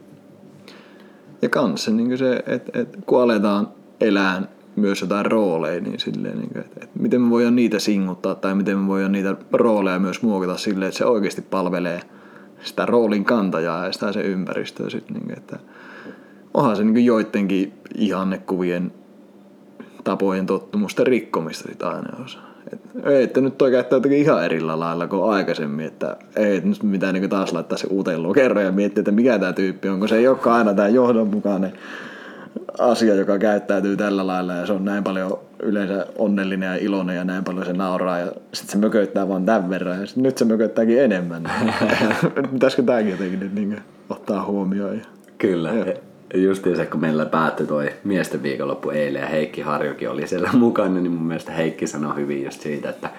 Ja kanssa niin se, että kun aletaan elää myös jotain rooleja, niin silleen, niin että miten me voidaan niitä singuttaa tai miten me voidaan niitä rooleja myös muokata silleen, että se oikeasti palvelee sitä roolin kantajaa ja sitä se ympäristöä. Sit, niin että onhan se niin joidenkin ihannekuvien tapojen tottumusten rikkomista sit aina osa. Että nyt toi käyttää jotenkin ihan eri lailla kuin aikaisemmin, että ei nyt mitään niin taas laittaa se uuteen lokeroon ja miettiä, että mikä tämä tyyppi on, kun se ei olekaan aina tämä johdonmukainen asia, joka käyttäytyy tällä lailla ja se on näin paljon yleensä onnellinen ja iloinen ja näin paljon se nauraa ja sitten se mököittää vaan tämän verran ja nyt se mököittääkin enemmän. Pitäisikö tämäkin jotenkin nyt niin ottaa huomioon? Kyllä. Justiin se, kun meillä päättyi toi miesten viikonloppu eilen ja Heikki Harjokin oli siellä mukana, niin mun mielestä Heikki sanoi hyvin just siitä, että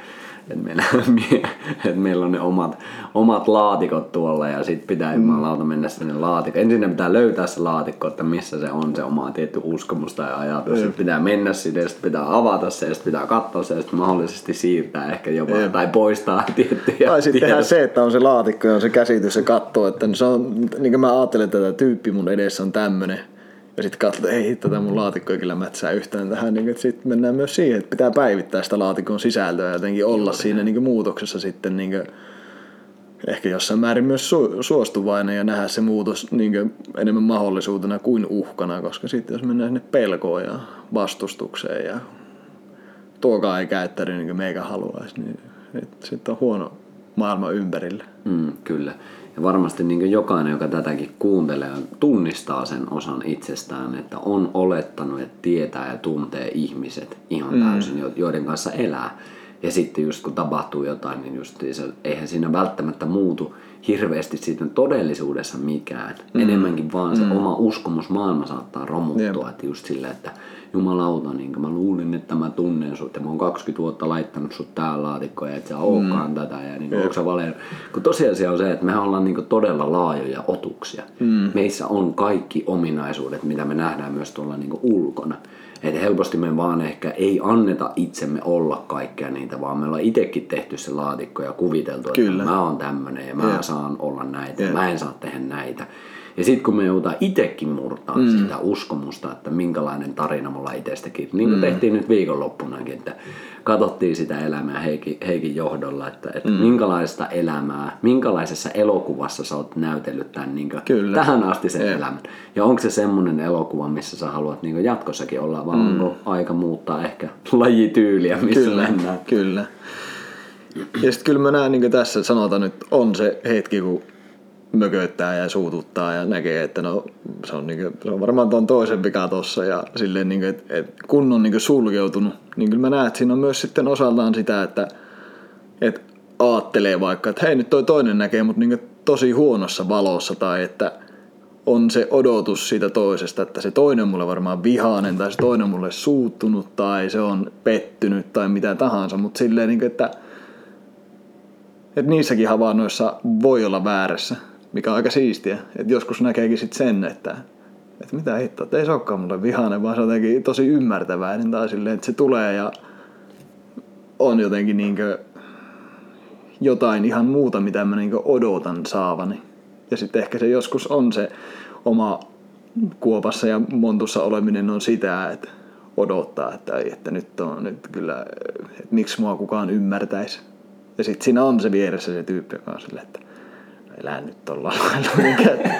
meillä on ne omat laatikot tuolla ja sit pitää jumalauta mennä sinne laatikkoon. Ensin pitää löytää se laatikko, että missä se on se oma tietty uskomus tai ajatus. Sitten pitää mennä sinne ja sitten pitää avata se ja sitten pitää katsoa se ja sitten mahdollisesti siirtää ehkä jopa tai poistaa tiettyjä. Tai sitten tehdään se, että on se laatikko ja on se käsitys ja katsoo, että se on, niin kuin mä ajattelen, että tämä tyyppi mun edessä on tämmönen. Ja sitten katsotaan, että ei tätä mun laatikko ei kyllä mätsää yhtään tähän. Niin sitten mennään myös siihen, että pitää päivittää sitä laatikon sisältöä ja jotenkin olla siinä niin muutoksessa sitten niin ehkä jossain määrin myös suostuvainen ja nähdä se muutos niin enemmän mahdollisuutena kuin uhkana. Koska sitten jos mennään sinne pelkoon ja vastustukseen ja tuokaan ei käyttäydy niin kuin meikä haluaisi, niin sitten on huono maailma ympärillä. Kyllä. Ja varmasti niin jokainen, joka tätäkin kuuntelee, tunnistaa sen osan itsestään, että on olettanut, että tietää ja tuntee ihmiset ihan täysin, joiden kanssa elää. Ja sitten just kun tapahtuu jotain, niin just eihän siinä välttämättä muutu hirveästi siitä todellisuudessa mikään. Enemmänkin vaan se oma uskomusmaailma saattaa romuttua. Että just sillä, että jumalauta, niin mä luulin, että mä tunnen sut ja mä oon 20 vuotta laittanut sut tää laatikkoon ja et sä ookaan tätä ja niin onko sä valen. Kun tosiasia on se, että mehän ollaan niin todella laajoja otuksia. Meissä on kaikki ominaisuudet, mitä me nähdään myös tuolla niin ulkona. Että helposti me vaan ehkä ei anneta itsemme olla kaikkea niitä, vaan me ollaan itsekin tehty se laatikko ja kuviteltu, että mä oon tämmönen ja mä saan olla näitä ja mä en saa tehdä näitä. Ja sitten kun me joudutaan itsekin murtaa sitä uskomusta, että minkälainen tarina mulla itsestäkin, niin kuin tehtiin nyt viikonloppunakin, että katsottiin sitä elämää Heikin johdolla, että minkälaista elämää, minkälaisessa elokuvassa sä oot näytellyt tämän niin tähän asti sen elämän. Ja onko se semmoinen elokuva, missä sä haluat niin jatkossakin olla, vai onko aika muuttaa ehkä lajityyliä, missä mennään? Kyllä. Ja sitten kyllä mä näen niin tässä, sanotaan nyt, on se hetki, kun mököttää ja suututtaa ja näkee, että no, se on varmaan tuon toisen vika tossa ja silleen, niin kuin, että kun on niin sulkeutunut, niin kyllä mä näen, että siinä on myös sitten osaltaan sitä, että aattelee vaikka, että hei nyt toi toinen näkee mut niin tosi huonossa valossa tai että on se odotus siitä toisesta, että se toinen mulle varmaan vihainen tai se toinen mulle suuttunut tai se on pettynyt tai mitä tahansa, mutta silleen, niin kuin, että niissäkin havainnoissa voi olla väärässä, mikä on aika siistiä. Että joskus näkeekin sit sen, että mitä hittoa, että ei se olekaan mulle vihainen, vaan se on jotenkin tosi ymmärtäväinen tai silleen, että se tulee ja on jotenkin niinkö jotain ihan muuta, mitä mä niinkö odotan saavani. Ja sitten ehkä se joskus on se oma kuopassa ja montussa oleminen on sitä, että odottaa, että nyt kyllä, että miksi mua kukaan ymmärtäisi. Ja sitten siinä on se vieressä se tyyppi, joka on silleen, että elää nyt tuolla lailla.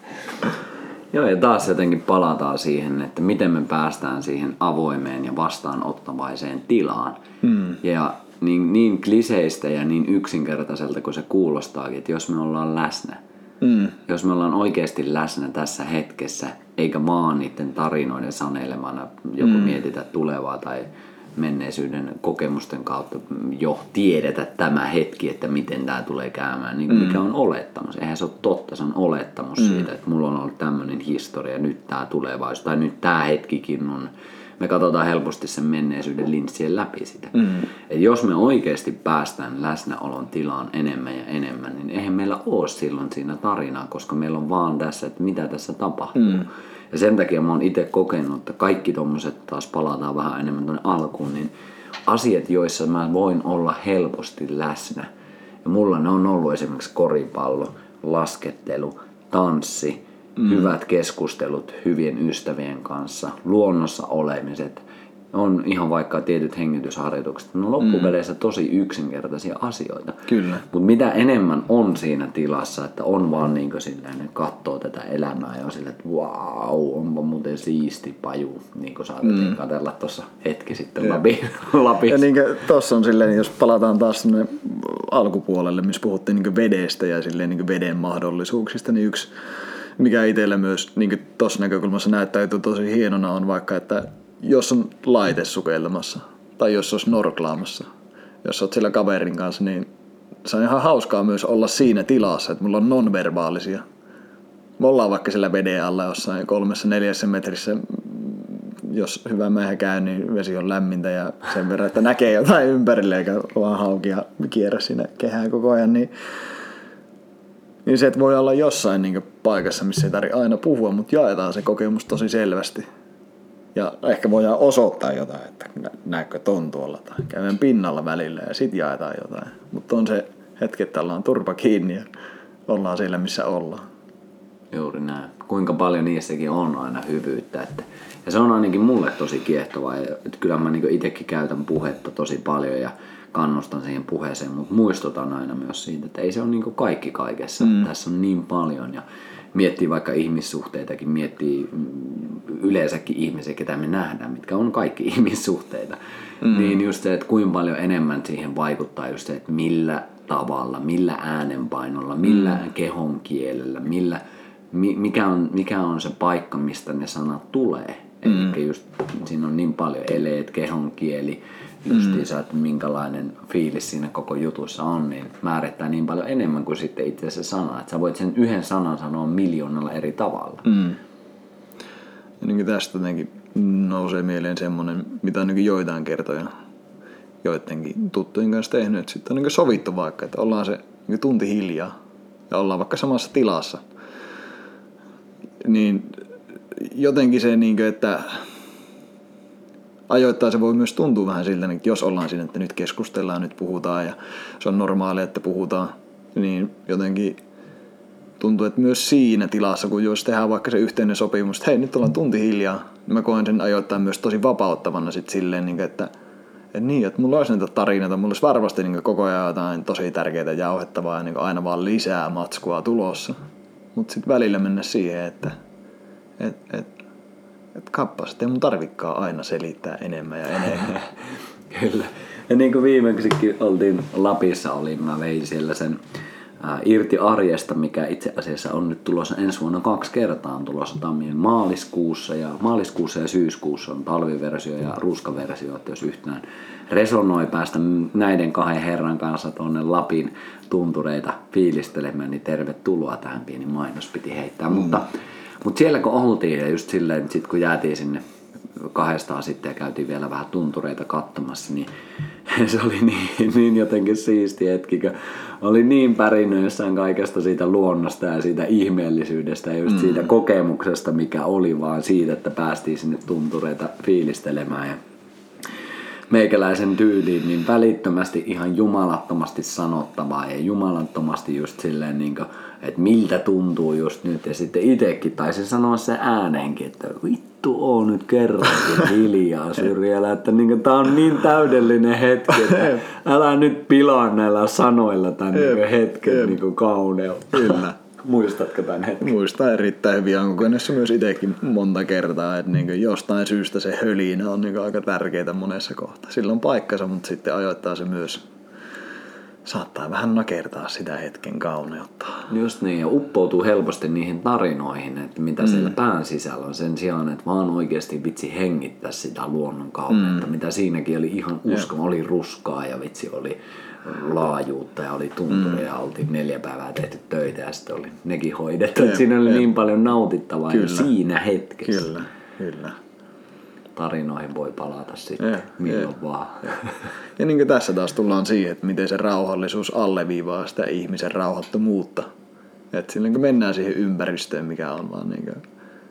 Joo, ja taas jotenkin palataan siihen, että miten me päästään siihen avoimeen ja vastaanottavaiseen tilaan. Ja niin kliseistä ja niin yksinkertaiselta kuin se kuulostaakin, että jos me ollaan läsnä, jos me ollaan oikeasti läsnä tässä hetkessä, eikä vaan niiden tarinoiden sanelemana joko mietitä tulevaa tai menneisyyden kokemusten kautta jo tiedetä tämä hetki, että miten tämä tulee käymään, niin mikä on olettamus. Eihän se ole totta, se on olettamus siitä, että mulla on ollut tämmöinen historia, nyt tämä tulevaisuus, tai nyt tämä hetkikin on. Me katsotaan helposti sen menneisyyden linssien läpi sitä. Et jos me oikeasti päästään läsnäolon tilaan enemmän ja enemmän, niin eihän meillä ole silloin siinä tarinaa, koska meillä on vaan tässä, että mitä tässä tapahtuu. Ja sen takia mä oon itse kokenut, että kaikki tommoset, taas palataan vähän enemmän tuonne alkuun, niin asiat, joissa mä voin olla helposti läsnä. Ja mulla ne on ollut esimerkiksi koripallo, laskettelu, tanssi, hyvät keskustelut hyvien ystävien kanssa, luonnossa olemiset, on ihan vaikka tietyt hengitysharjoitukset. Ne on loppupeleissä tosi yksinkertaisia asioita. Kyllä. Mutta mitä enemmän on siinä tilassa, että on vaan niin kuin silleen, katsoo tätä elämää ja on silleen, että vau, onpa muuten siisti paju, niin kuin saatettiin katsella tuossa hetki sitten Lapissa. Ja niin kuin tossa on silleen, jos palataan taas sinne alkupuolelle, missä puhuttiin niin kuin vedestä ja silleen niin kuin veden mahdollisuuksista, niin yksi, mikä itsellä myös niin tuossa näkökulmassa näyttäytyy tosi hienona on vaikka, että jos on laite sukeltamassa tai jos on snorklaamassa, jos olet siellä kaverin kanssa, niin se on ihan hauskaa myös olla siinä tilassa, että mulla on nonverbaalisia. Me ollaan vaikka siellä veden alla jossain 3-4 metrissä, jos hyvä mähä käy, niin vesi on lämmintä ja sen verran, että näkee jotain ympärille eikä vaan haukia kierrä siinä kehään koko ajan, niin se, että voi olla jossain niin paikassa, missä ei tarvitse aina puhua, mutta jaetaan se kokemus tosi selvästi. Ja ehkä voidaan osoittaa jotain, että näetkö ton tuolla tai käydään pinnalla välillä ja sit jaetaan jotain. Mutta on se hetki, että ollaan turpa kiinni ja ollaan siellä, missä ollaan. Juuri näin. Kuinka paljon niissäkin on aina hyvyyttä. Ja se on ainakin mulle tosi kiehtovaa. Että kyllä mä niin itsekin käytän puhetta tosi paljon ja kannustan siihen puheeseen, mutta muistutan aina myös siitä, että ei se ole niin kaikki kaikessa. Tässä on niin paljon ja miettii vaikka ihmissuhteitakin, miettii yleensäkin ihmisiä, ketä me nähdään, mitkä on kaikki ihmissuhteita. Niin just se, että kuinka paljon enemmän siihen vaikuttaa just se, että millä tavalla, millä äänenpainolla, millä kehon kielellä, mikä on se paikka, mistä ne sanat tulee. Eli just siinä on niin paljon eleet, kehon kieli, justiinsa, että minkälainen fiilis siinä koko jutussa on, niin määrittää niin paljon enemmän kuin sitten itse se sana. Että sä voit sen yhden sanan sanoa miljoonalla eri tavalla. Ja niin tästä jotenkin nousee mieleen semmonen, mitä on niin joitain kertoja joidenkin tuttujen kanssa tehnyt, että sitten on niin sovittu vaikka, että ollaan se niin tunti hiljaa ja ollaan vaikka samassa tilassa. Niin jotenkin se, niin kuin, että ajoittain se voi myös tuntua vähän siltä, että jos ollaan siinä, että nyt keskustellaan, nyt puhutaan ja se on normaalia, että puhutaan, niin jotenkin tuntuu, että myös siinä tilassa, kun jos tehdään vaikka se yhteinen sopimus, että hei, nyt ollaan tunti hiljaa, niin mä koen sen ajoittain myös tosi vapauttavana sit silleen, että mulla olisi näitä tarinoita, mulla olisi varmasti niin koko ajan jotain tosi tärkeää jauhettavaa ja niin aina vaan lisää matskua tulossa. Mutta sitten välillä mennä siihen, että kappas, ettei mun tarvikaan aina selittää enemmän ja enemmän. Kyllä. Ja niin kuin viimeksikin oltiin Lapissa, mä vein siellä sen Irti arjesta, mikä itse asiassa on nyt tulossa ensi vuonna 2 kertaa, on tulossa tammien maaliskuussa ja syyskuussa on talviversio ja ruskaversio, että jos yhtään resonoi päästä näiden 2 herran kanssa tuonne Lapin tuntureita fiilistelemään, niin tervetuloa, tähän pieni mainos piti heittää, mutta siellä kun oltiin ja just silleen, että sit kun jäätiin sinne 2 sitten ja käytiin vielä vähän tuntureita katsomassa, niin se oli niin jotenkin siisti hetki, kun oli niin pärinöissään kaikesta siitä luonnosta ja siitä ihmeellisyydestä ja just siitä kokemuksesta, mikä oli vaan siitä, että päästiin sinne tuntureita fiilistelemään ja meikäläisen tyyliin niin välittömästi ihan jumalattomasti sanottavaa ja jumalattomasti just silleen niin kuin, että miltä tuntuu just nyt ja sitten itekin taisin sanoa se ääneenkin, että vittu oo nyt kerrankin hiljaa Syrjälä, että niin tää on niin täydellinen hetki, että älä nyt pilaa näillä sanoilla tän hetken niin kauneutta. Kyllä. Muistatko tämän hetken? Muistan erittäin hyvin, on kokenut myös itsekin monta kertaa, että niin jostain syystä se hölinä on niin aika tärkeää monessa kohtaa. Sillä on paikkansa, mutta sitten ajoittaa se myös saattaa vähän nakertaa sitä hetken kauneutta. Just niin, ja uppoutuu helposti niihin tarinoihin, että mitä siellä pään sisällä on sen sijaan, että vaan oikeasti vitsi hengittää sitä luonnon kauneutta, mitä siinäkin oli ihan oli ruskaa ja vitsi oli laajuutta ja oli tunturia ja oltiin 4 päivää tehty töitä ja sitten oli nekin hoidettu. Siinä oli niin paljon nautittavaa jo siinä hetkessä. Kyllä. Tarinoihin voi palata sitten milloin vaan. Ja niin kuin tässä taas tullaan siihen, että miten se rauhallisuus alleviivaa sitä ihmisen rauhattomuutta. Että silloin kun mennään siihen ympäristöön, mikä on vaan niin kuin,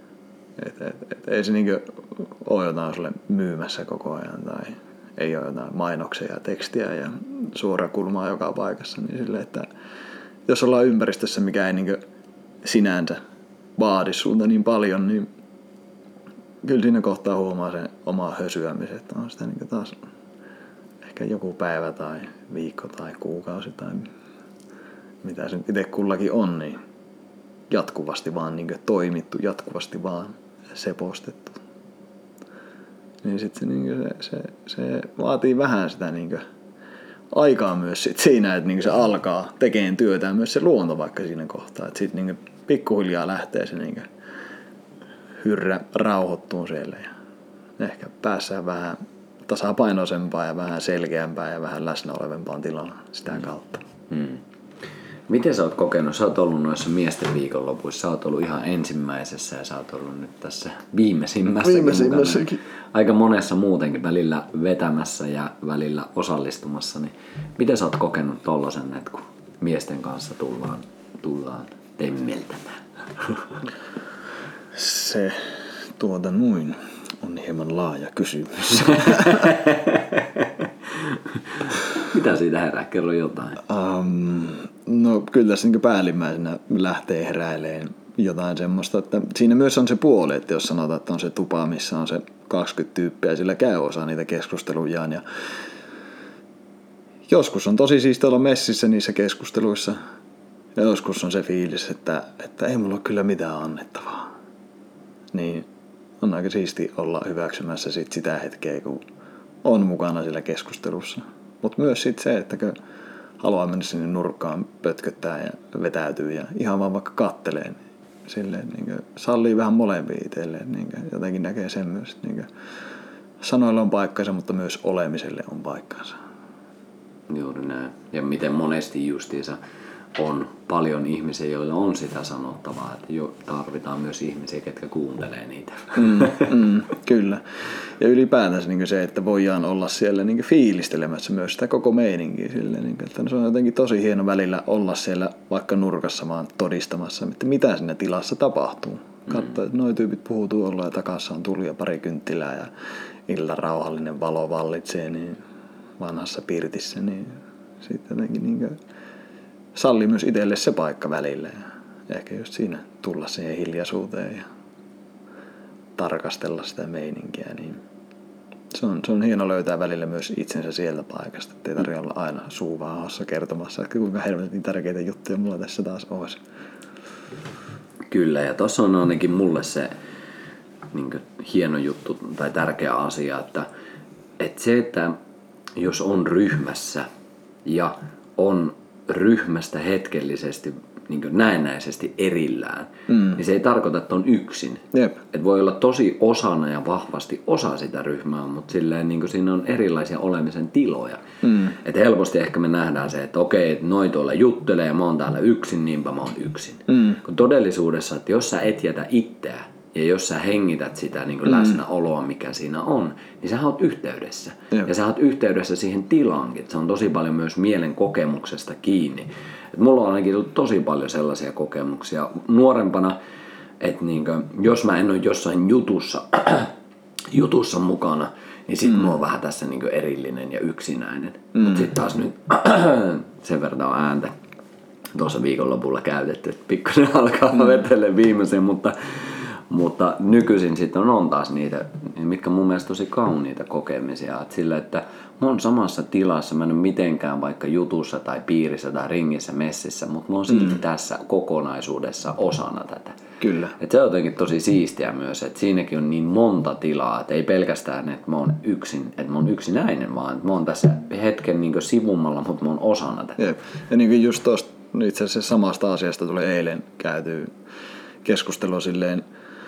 ei se niin kuin ole jotain sulle myymässä koko ajan tai ei ole jotain mainoksia ja tekstiä ja suorakulmaa joka paikassa. Niin sille, että jos ollaan ympäristössä, mikä ei niin kuin sinänsä vaadi sulta niin paljon, niin kyllä siinä kohtaa huomaa sen omaa hösyämisen, että on sitä niin taas ehkä joku päivä tai viikko tai kuukausi tai mitä se itse kullakin on, niin jatkuvasti vaan niin toimittu, jatkuvasti vaan sepostettu. Niin sitten se vaatii vähän sitä niin aikaa myös sit siinä, että niin se alkaa tekemään työtään myös se luonto vaikka siinä kohtaa. Että sitten niin pikkuhiljaa lähtee se niin hyrrä rauhoittuu siellä ja ehkä päässään vähän tasapainoisempaa ja vähän selkeämpää ja vähän läsnä olevempaan tilaan sitä kautta. Miten sä oot kokenut? Sä oot ollut noissa miesten viikonlopuissa, sä oot ollut ihan ensimmäisessä ja sä oot ollut nyt tässä viimeisimmässäkin. Aika monessa muutenkin, välillä vetämässä ja välillä osallistumassa. Niin miten sä oot kokenut tollasen, että kun miesten kanssa tullaan temmeltämään? Se on hieman laaja kysymys. Mitä siitä herää? Kerro jotain. No kyllä tässä niin päällimmäisenä lähtee heräileen jotain semmoista, että siinä myös on se puoli, että jos sanotaan, että on se tupa, missä on se 20 tyyppiä, sillä käy osa niitä keskustelujaan ja joskus on tosi siistiä olla messissä niissä keskusteluissa ja joskus on se fiilis, että ei mulla ole kyllä mitään annettavaa. Niin on aika siisti olla hyväksymässä sitä hetkeä, kun on mukana siellä keskustelussa. Mutta myös sit se, että kun haluaa mennä sinne nurkkaan pötköttää ja vetäytyy ja ihan vaan vaikka kattelee, niin silleen niin sallii vähän molempia itselleen. Niin jotenkin näkee sen myös, että niin sanoilla on paikkansa, mutta myös olemiselle on paikkansa. Juuri näin. Ja miten monesti justiinsa on paljon ihmisiä, joilla on sitä sanottavaa, että tarvitaan myös ihmisiä, ketkä kuuntelee niitä. Kyllä. Ja ylipäätänsä niin se, että voidaan olla siellä niin fiilistelemässä myös sitä koko meininkiä. Sille, niin että se on jotenkin tosi hieno välillä olla siellä vaikka nurkassa vaan todistamassa, että mitä siinä tilassa tapahtuu. Katsoa, että noi tyypit puhuu tuolla ja takassa on tuli ja pari kynttilää ja illan rauhallinen valo vallitsee niin vanhassa pirtissä. Niin sitten jotenkin niin salli myös itselle se paikka välillä ja ehkä just siinä tulla siihen hiljaisuuteen ja tarkastella sitä meininkiä, niin se on hieno löytää välillä myös itsensä sieltä paikasta, ettei tarvitse olla aina suu vaahassa kertomassa, että kuinka helvetin tärkeitä juttuja mulla tässä taas olisi. Kyllä, ja tuossa on ainakin mulle se niin hieno juttu tai tärkeä asia, että se, että jos on ryhmässä ja on ryhmästä hetkellisesti niin näennäisesti erillään, niin se ei tarkoita, että on yksin. Et voi olla tosi osana ja vahvasti osa sitä ryhmää, mutta silleen, niin siinä on erilaisia olemisen tiloja. Et helposti ehkä me nähdään se, että okei, että noi tuolla juttelee ja mä oon täällä yksin, niinpä mä oon yksin. Kun todellisuudessa, että jos sä et jätä itseä ja jos sä hengität sitä niin läsnäoloa, mikä siinä on, niin sä oot yhteydessä. Ja sä oot yhteydessä siihen tilaankin. Se on tosi paljon myös mielen kokemuksesta kiinni. Et mulla on ainakin tullut tosi paljon sellaisia kokemuksia nuorempana, että niin jos mä en ole jossain jutussa mukana, niin sit mä oon vähän tässä niin erillinen ja yksinäinen. Mutta sit taas nyt sen verran on ääntä tuossa viikonlopulla käytetty, että pikkusen alkaa vetelle viimeisen, mutta nykyisin sitten on taas niitä, mitkä mun mielestä tosi kauniita kokemisia. Että sillä, että mä oon samassa tilassa, mä en ole mitenkään vaikka jutussa tai piirissä tai ringissä messissä, mutta mä oon silti tässä kokonaisuudessa osana tätä. Kyllä. Että se on jotenkin tosi siistiä myös, että siinäkin on niin monta tilaa, että ei pelkästään, että mä oon yksin, että mä oon yksinäinen, vaan että mä oon tässä hetken niin sivummalla, mutta mä oon osana tätä. Jep. Ja niin kuin just tuosta itse asiassa samasta asiasta tuli eilen käytyä keskustelua silleen,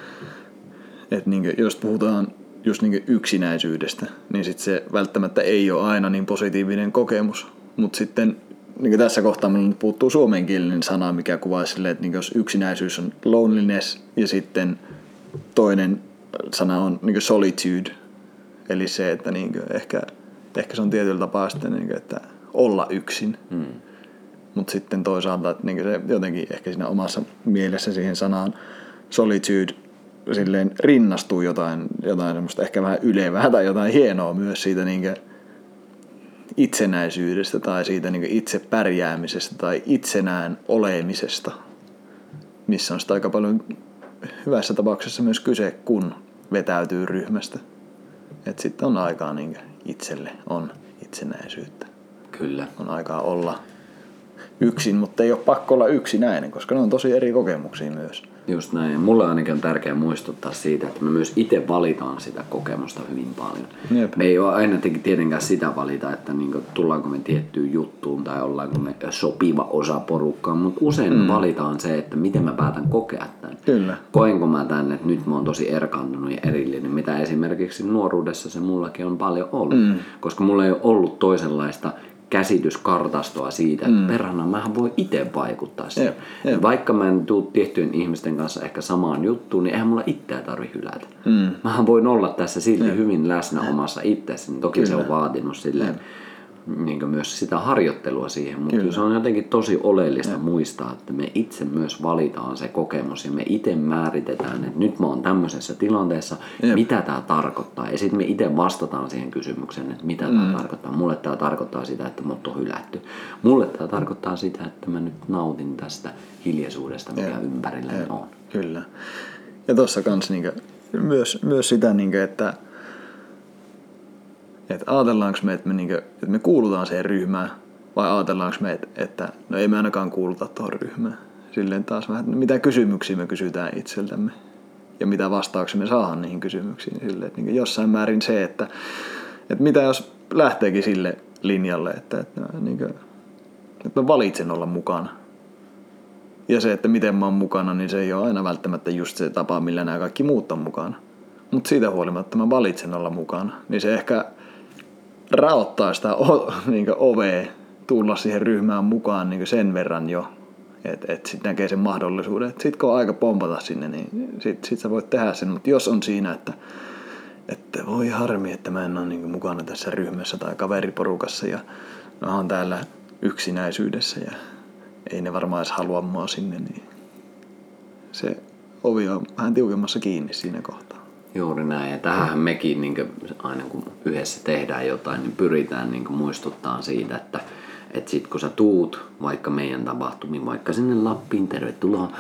että niin jos puhutaan just niin yksinäisyydestä, niin sit se välttämättä ei ole aina niin positiivinen kokemus. Mutta sitten niin tässä kohtaa minulla puuttuu suomenkielinen sana, mikä kuvaisi silleen, että niin jos yksinäisyys on loneliness ja sitten toinen sana on niin solitude. Eli se, että niin ehkä se on tietyllä tapaa sitten, niin että olla yksin. Mutta sitten toisaalta, että niin se jotenkin ehkä siinä omassa mielessä siihen sanaan solitude silleen rinnastuu jotain semmoista ehkä vähän ylevää tai jotain hienoa myös siitä niin itsenäisyydestä tai siitä niin itse pärjäämisestä tai itsenään olemisesta, missä on sitä aika paljon hyvässä tapauksessa myös kyse, kun vetäytyy ryhmästä. Että sitten on aikaa niin itselle, on itsenäisyyttä. Kyllä. On aikaa olla yksin, mutta ei ole pakko olla yksinäinen, koska ne on tosi eri kokemuksia myös. Just näin. Ja mulle ainakin on tärkeää muistuttaa siitä, että me myös itse valitaan sitä kokemusta hyvin paljon. Jep. Me ei ole aina tietenkään sitä valita, että niin tullaanko me tiettyyn juttuun tai ollaanko me sopiva osa porukkaa, mutta usein me valitaan se, että miten mä päätän kokea tämän. Kyllä. Koenko mä tämän, että nyt mä oon tosi erkaantunut ja erillinen, mitä esimerkiksi nuoruudessa se mullakin on paljon ollut. Koska mulla ei ole ollut toisenlaista käsityskartastoa siitä, että perhana mähän voi itse vaikuttaa siihen. Vaikka mä en tuu tiettyjen ihmisten kanssa ehkä samaan juttuun, niin eihän mulla itseä tarvitse hylätä. Mähän voin olla tässä silti hyvin läsnä omassa itsessäni. Toki se on vaatinut silleen, niin myös sitä harjoittelua siihen, mutta se on jotenkin tosi oleellista muistaa, että me itse myös valitaan se kokemus ja me itse määritetään, että nyt mä oon tämmöisessä tilanteessa, mitä tää tarkoittaa. Ja sitten me itse vastataan siihen kysymykseen, että mitä tää tarkoittaa. Mulle tää tarkoittaa sitä, että mut on hylätty. Mulle tää tarkoittaa sitä, että mä nyt nautin tästä hiljaisuudesta, mikä ympärilläni on. Kyllä. Ja tossa kans myös sitä, että ajatellaanko me, että me kuulutaan siihen ryhmään, vai ajatellaanko me, että no ei me ainakaan kuuluta tuohon ryhmään. Silleen taas vähän, mitä kysymyksiä me kysytään itseltämme ja mitä vastauksia me saadaan niihin kysymyksiin. Silleen, että jossain määrin se, että mitä jos lähteekin sille linjalle, että mä valitsen olla mukana. Ja se, että miten mä oon mukana, niin se ei ole aina välttämättä just se tapa, millä nämä kaikki muut on mukana. Mutta siitä huolimatta mä valitsen olla mukana, niin se ehkä raottaa sitä ovea tulla siihen ryhmään mukaan sen verran jo, Että sitten näkee sen mahdollisuuden. Sitten kun on aika pompata sinne, niin sit sä voit tehdä sen. Mutta jos on siinä, että voi harmi, että mä en ole niin mukana tässä ryhmässä tai kaveriporukassa ja mä oon täällä yksinäisyydessä ja ei ne varmaan edes halua mua sinne, niin se ovi on vähän tiukemmassa kiinni siinä kohtaa. Juuri näin. Ja tähän mekin niin aina kun yhdessä tehdään jotain, niin pyritään niin muistuttaa siitä, että sit kun sä tuut vaikka meidän tapahtumiin, vaikka sinne Lappiin, tervetuloa,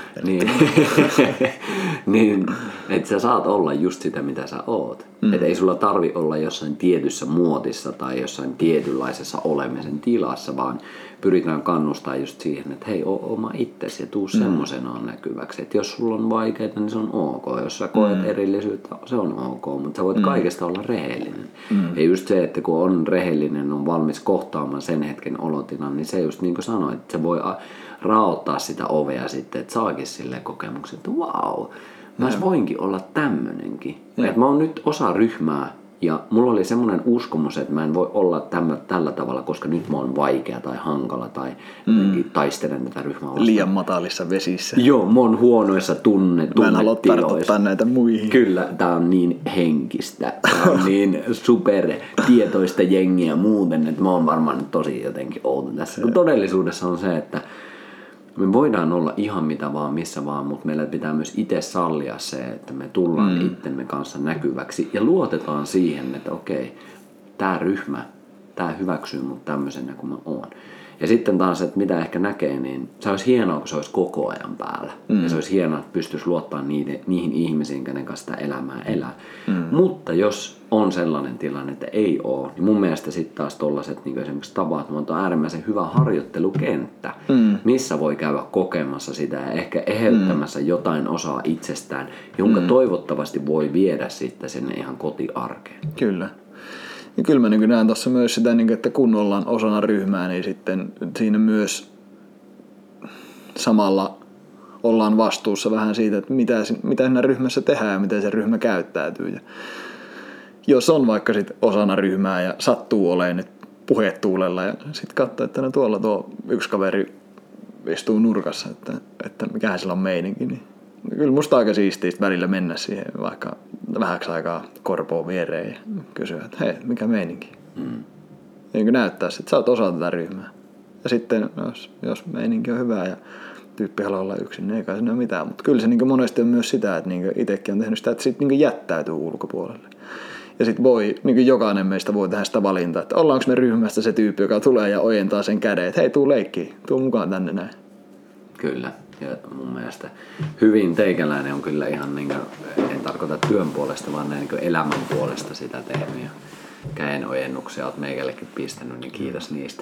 niin että sä saat olla just sitä, mitä sä oot. Että ei sulla tarvi olla jossain tietyssä muotissa tai jossain tietynlaisessa olemisen tilassa, vaan pyritään kannustaa just siihen, että hei, oo oma itsesi ja tuu semmoisenaan näkyväksi. Että jos sulla on vaikeaa, niin se on ok. Jos sä koet erillisyyttä, se on ok, mutta sä voit kaikesta olla rehellinen. Ja just se, että kun on rehellinen, on valmis kohtaamaan sen hetken olotilan, niin se just niin kuin sanoit, että se voi raottaa sitä ovea sitten, että saakin silleen kokemuksen, että vau, mä voinkin olla tämmönenkin. Että mä oon nyt osa ryhmää ja mulla oli semmoinen uskomus, että mä en voi olla tällä tavalla, koska nyt mä oon vaikea tai hankala tai taistelen tätä ryhmää vastaan. Liian matalissa vesissä. Joo, mä oon huonoissa tunnetiloissa. Mä en halua tartuttaa näitä muihin. Kyllä, tää on niin henkistä, tää on niin supertietoista jengiä muuten, että mä oon varmaan tosi jotenkin outo tässä. Kun todellisuudessa on se, että me voidaan olla ihan mitä vaan, missä vaan, mutta meillä pitää myös itse sallia se, että me tullaan itsemme kanssa näkyväksi ja luotetaan siihen, että okei, tää ryhmä, tää hyväksyy mut tämmöisenä kuin mä oon. Ja sitten taas, että mitä ehkä näkee, niin se olisi hienoa, kun se olisi koko ajan päällä. Ja se olisi hienoa, että pystyisi luottamaan niihin ihmisiin, kenen kanssa sitä elämää elää. Mutta jos on sellainen tilanne, että ei ole, niin mun mielestä sitten taas tollaiset niin esimerkiksi tapahtumat on äärimmäisen hyvä harjoittelukenttä, missä voi käydä kokemassa sitä ja ehkä eheyttämässä jotain osaa itsestään, jonka toivottavasti voi viedä sitten sinne ihan kotiarkeen. Kyllä. Ja kyllä mä näen tuossa myös sitä, että kun ollaan osana ryhmää, niin sitten siinä myös samalla ollaan vastuussa vähän siitä, että mitä siinä ryhmässä tehdään ja miten se ryhmä käyttäytyy. Ja jos on vaikka sit osana ryhmää ja sattuu olemaan nyt puheet tuulella ja sitten katsoo, että no tuolla tuo yksi kaveri istuu nurkassa, että mikähän sillä on meininki, niin kyllä musta aika siistiä välillä mennä siihen vaikka vähäksi aikaa korpoon viereen ja kysyä, että hei, mikä meininki? Niin näyttää, että sä oot osa tätä ryhmää. Ja sitten jos meininki on hyvä ja tyyppi haluaa olla yksin, niin ei kai siinä ole mitään. Mutta kyllä se monesti on myös sitä, että itsekin on tehnyt sitä, että sitten jättäytyy ulkopuolelle. Ja sitten voi, jokainen meistä voi tehdä sitä valintaa, että ollaanko me ryhmästä se tyyppi, joka tulee ja ojentaa sen käden, että hei, tuu leikkiin, tuu mukaan tänne näin. Kyllä. Ja mun mielestä hyvin teikäläinen on kyllä ihan, en tarkoita työn puolesta, vaan elämän puolesta sitä tehnyt. Ja kädenojennuksia oot meikällekin pistänyt, niin kiitos niistä.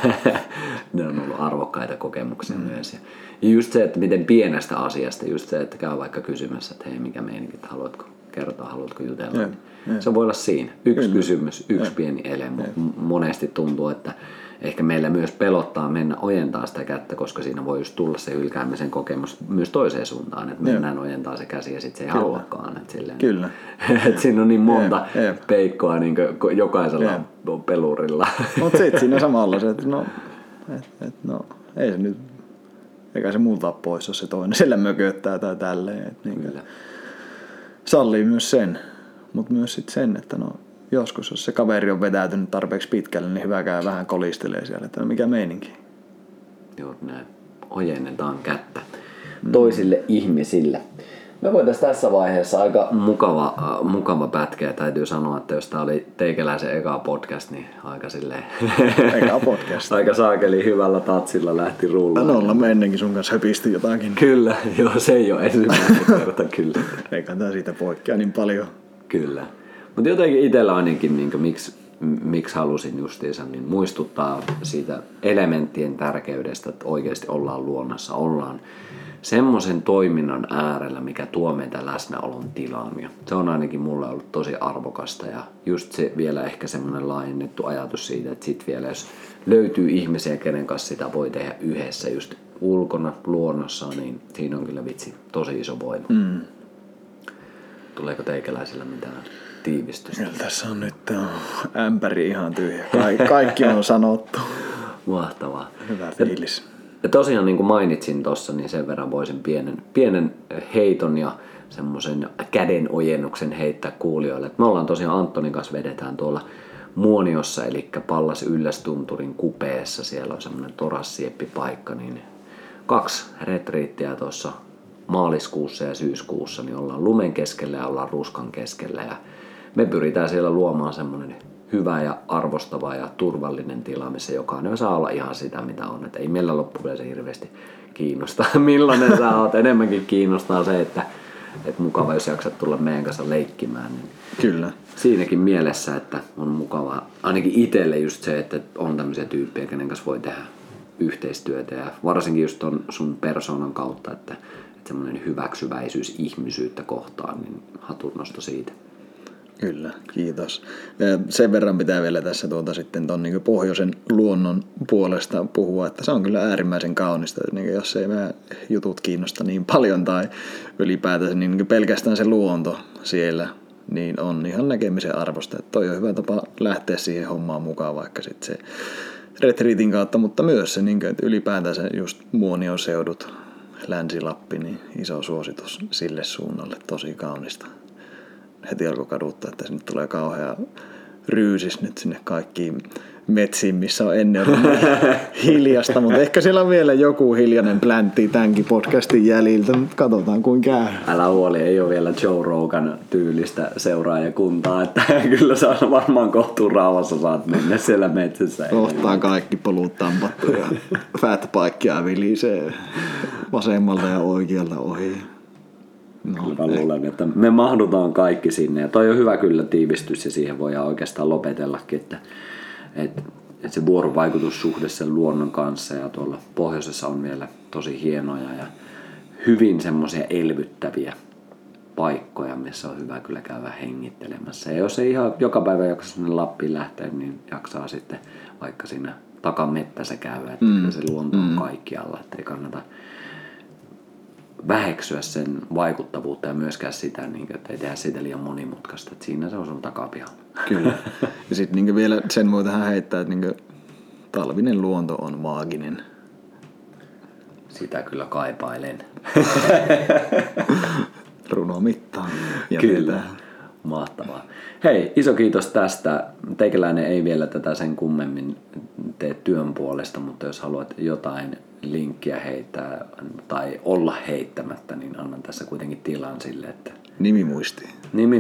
Ne on ollut arvokkaita kokemuksia myös. Ja just se, että miten pienestä asiasta, just se, että käy vaikka kysymässä, että hei, mikä meininki, että haluatko kertoa, haluatko jutella. Se voi olla siinä. Yksi kysymys, yksi pieni ele. Monesti tuntuu, että ehkä meillä myös pelottaa mennä ojentaa sitä kättä, koska siinä voi just tulla se hylkäämisen kokemus myös toiseen suuntaan, että mennään ojentaa se käsi ja sitten se ei haluakaan. Kyllä. Että siinä on niin monta peikkoa niin jokaisella pelurilla. Mutta sitten siinä samalla se, että ei se nyt, eikä se multa pois, jos se toinen sillä mököttää tai tälleen. Kyllä. Sallii myös sen, mutta myös sit sen, että joskus, jos se kaveri on vetäytynyt tarpeeksi pitkälle, niin hyvä käy vähän kolistelee siellä, että mikä meininki. Joo, näin. Ojennetaan kättä toisille ihmisille. Me voitaisiin tässä vaiheessa aika mukava pätkä, ja täytyy sanoa, että jos tää oli teikäläisen eka podcast, niin aika silleen eka podcast. Aika saakeli hyvällä tatsilla lähti rullaamaan. No me ennenkin sun kanssa höpisti jotakin. Kyllä, joo, se ei ole ensimmäinen kerta kyllä. Eikä tää siitä poikkea niin paljon. Kyllä. Mutta jotenkin itsellä ainakin, miksi halusin justiinsa, niin muistuttaa siitä elementtien tärkeydestä, että oikeasti ollaan luonnossa, ollaan semmoisen toiminnan äärellä, mikä tuo meitä läsnäolon tilaan. Ja se on ainakin mulle ollut tosi arvokasta ja just se vielä ehkä semmoinen laajennettu ajatus siitä, että sit vielä jos löytyy ihmisiä, kenen kanssa sitä voi tehdä yhdessä just ulkona, luonnossa, niin siinä on kyllä vitsi tosi iso voima. Tuleeko teikäläisillä mitään tiivistystä? Kyllä tässä on nyt ämpäri ihan tyhjä. Kaikki on sanottu. Mahtavaa. Hyvä fiilis. Ja tosiaan niin kuin mainitsin tuossa, niin sen verran voisin pienen heiton ja semmoisen kädenojennuksen heittää kuulijoille. Et me ollaan tosiaan Antonin kanssa vedetään tuolla Muoniossa, eli Pallas Yllästunturin kupeessa. Siellä on semmoinen torassieppipaikka, niin 2 retriittiä tuossa maaliskuussa ja syyskuussa, niin ollaan lumen keskellä ja ollaan ruskan keskellä. Ja me pyritään siellä luomaan semmoinen hyvä ja arvostava ja turvallinen tila, missä jokainen saa olla ihan sitä, mitä on. Et ei meillä loppujen hirveästi kiinnosta, millainen sä oot. Enemmänkin kiinnostaa se, että mukava, jos jaksat tulla meidän kanssa leikkimään. Niin Kyllä. Siinäkin mielessä, että on mukava, ainakin itselle just se, että on tämmöisiä tyyppejä, kenen kanssa voi tehdä yhteistyötä. Ja varsinkin just ton sun persoonan kautta, että semmoinen hyväksyväisyys ihmisyyttä kohtaan, niin hatunnosto siitä. Kyllä, kiitos. Sen verran pitää vielä tässä sitten ton niin pohjoisen luonnon puolesta puhua, että se on kyllä äärimmäisen kaunista, niin jos ei mä jutut kiinnosta niin paljon tai ylipäätänsä niin pelkästään se luonto siellä, niin on ihan näkemisen arvosta. Että toi on hyvä tapa lähteä siihen hommaan mukaan, vaikka sitten se retriitin kautta, mutta myös se, niin että ylipäätänsä just Muonion seudut, Länsi-Lappi, niin iso suositus sille suunnalle, tosi kaunista. Heti alkoi kaduttaa, että sinne tulee kauhea ryysis nyt sinne kaikkiin metsiin, missä on ennen ollut hiljasta, mutta ehkä siellä on vielä joku hiljainen pläntti tämänkin podcastin jäljiltä, mutta katsotaan kuin käy. Älä huoli, ei ole vielä Joe Rogan tyylistä seuraajakuntaa, että kyllä sä varmaan kohtuun rauhassa saat mennä siellä metsässä. Kohtaa kaikki polut tampattu ja fatbikea vilisee vasemmalta ja oikealta ohi. No, mä luulen, että me mahdutaan kaikki sinne ja toi on hyvä kyllä tiivistys ja siihen voidaan oikeastaan lopetellakin, että se vuorovaikutussuhde sen luonnon kanssa ja tuolla pohjoisessa on vielä tosi hienoja ja hyvin semmoisia elvyttäviä paikkoja, missä on hyvä kyllä käydä hengittelemässä. Ja jos ei ihan joka päivä jaksa sinne Lappiin lähteä, niin jaksaa sitten vaikka siinä takamettässä käydä, että se luonto on kaikkialla, että ei kannata väheksyä sen vaikuttavuutta ja myöskään sitä, että ei tehdä siitä liian monimutkaista. Että siinä se on sun takapihalla. Kyllä. Ja sitten vielä sen voi tähän heittää, että talvinen luonto on maaginen. Sitä kyllä kaipailen. Runo mittaan. Kyllä. Mahtavaa. Hei, iso kiitos tästä. Teikäläinen ei vielä tätä sen kummemmin tee työn puolesta, mutta jos haluat jotain linkkiä heittää tai olla heittämättä, niin annan tässä kuitenkin tilan sille, että Nimimuisti.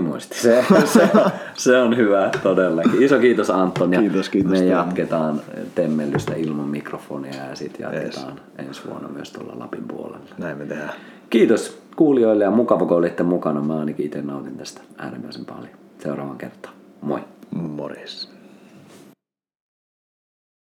Se on hyvä todellakin. Iso kiitos Anton ja kiitos me jatketaan temmellystä ilman mikrofonia ja sitten jatketaan ensi vuonna myös tuolla Lapin puolella. Näin me tehdään. Kiitos kuulijoille ja mukava kun olitte mukana. Mä ainakin itse nautin tästä äärimmäisen paljon. Seuraavaan kertaan. Moi. Morjes.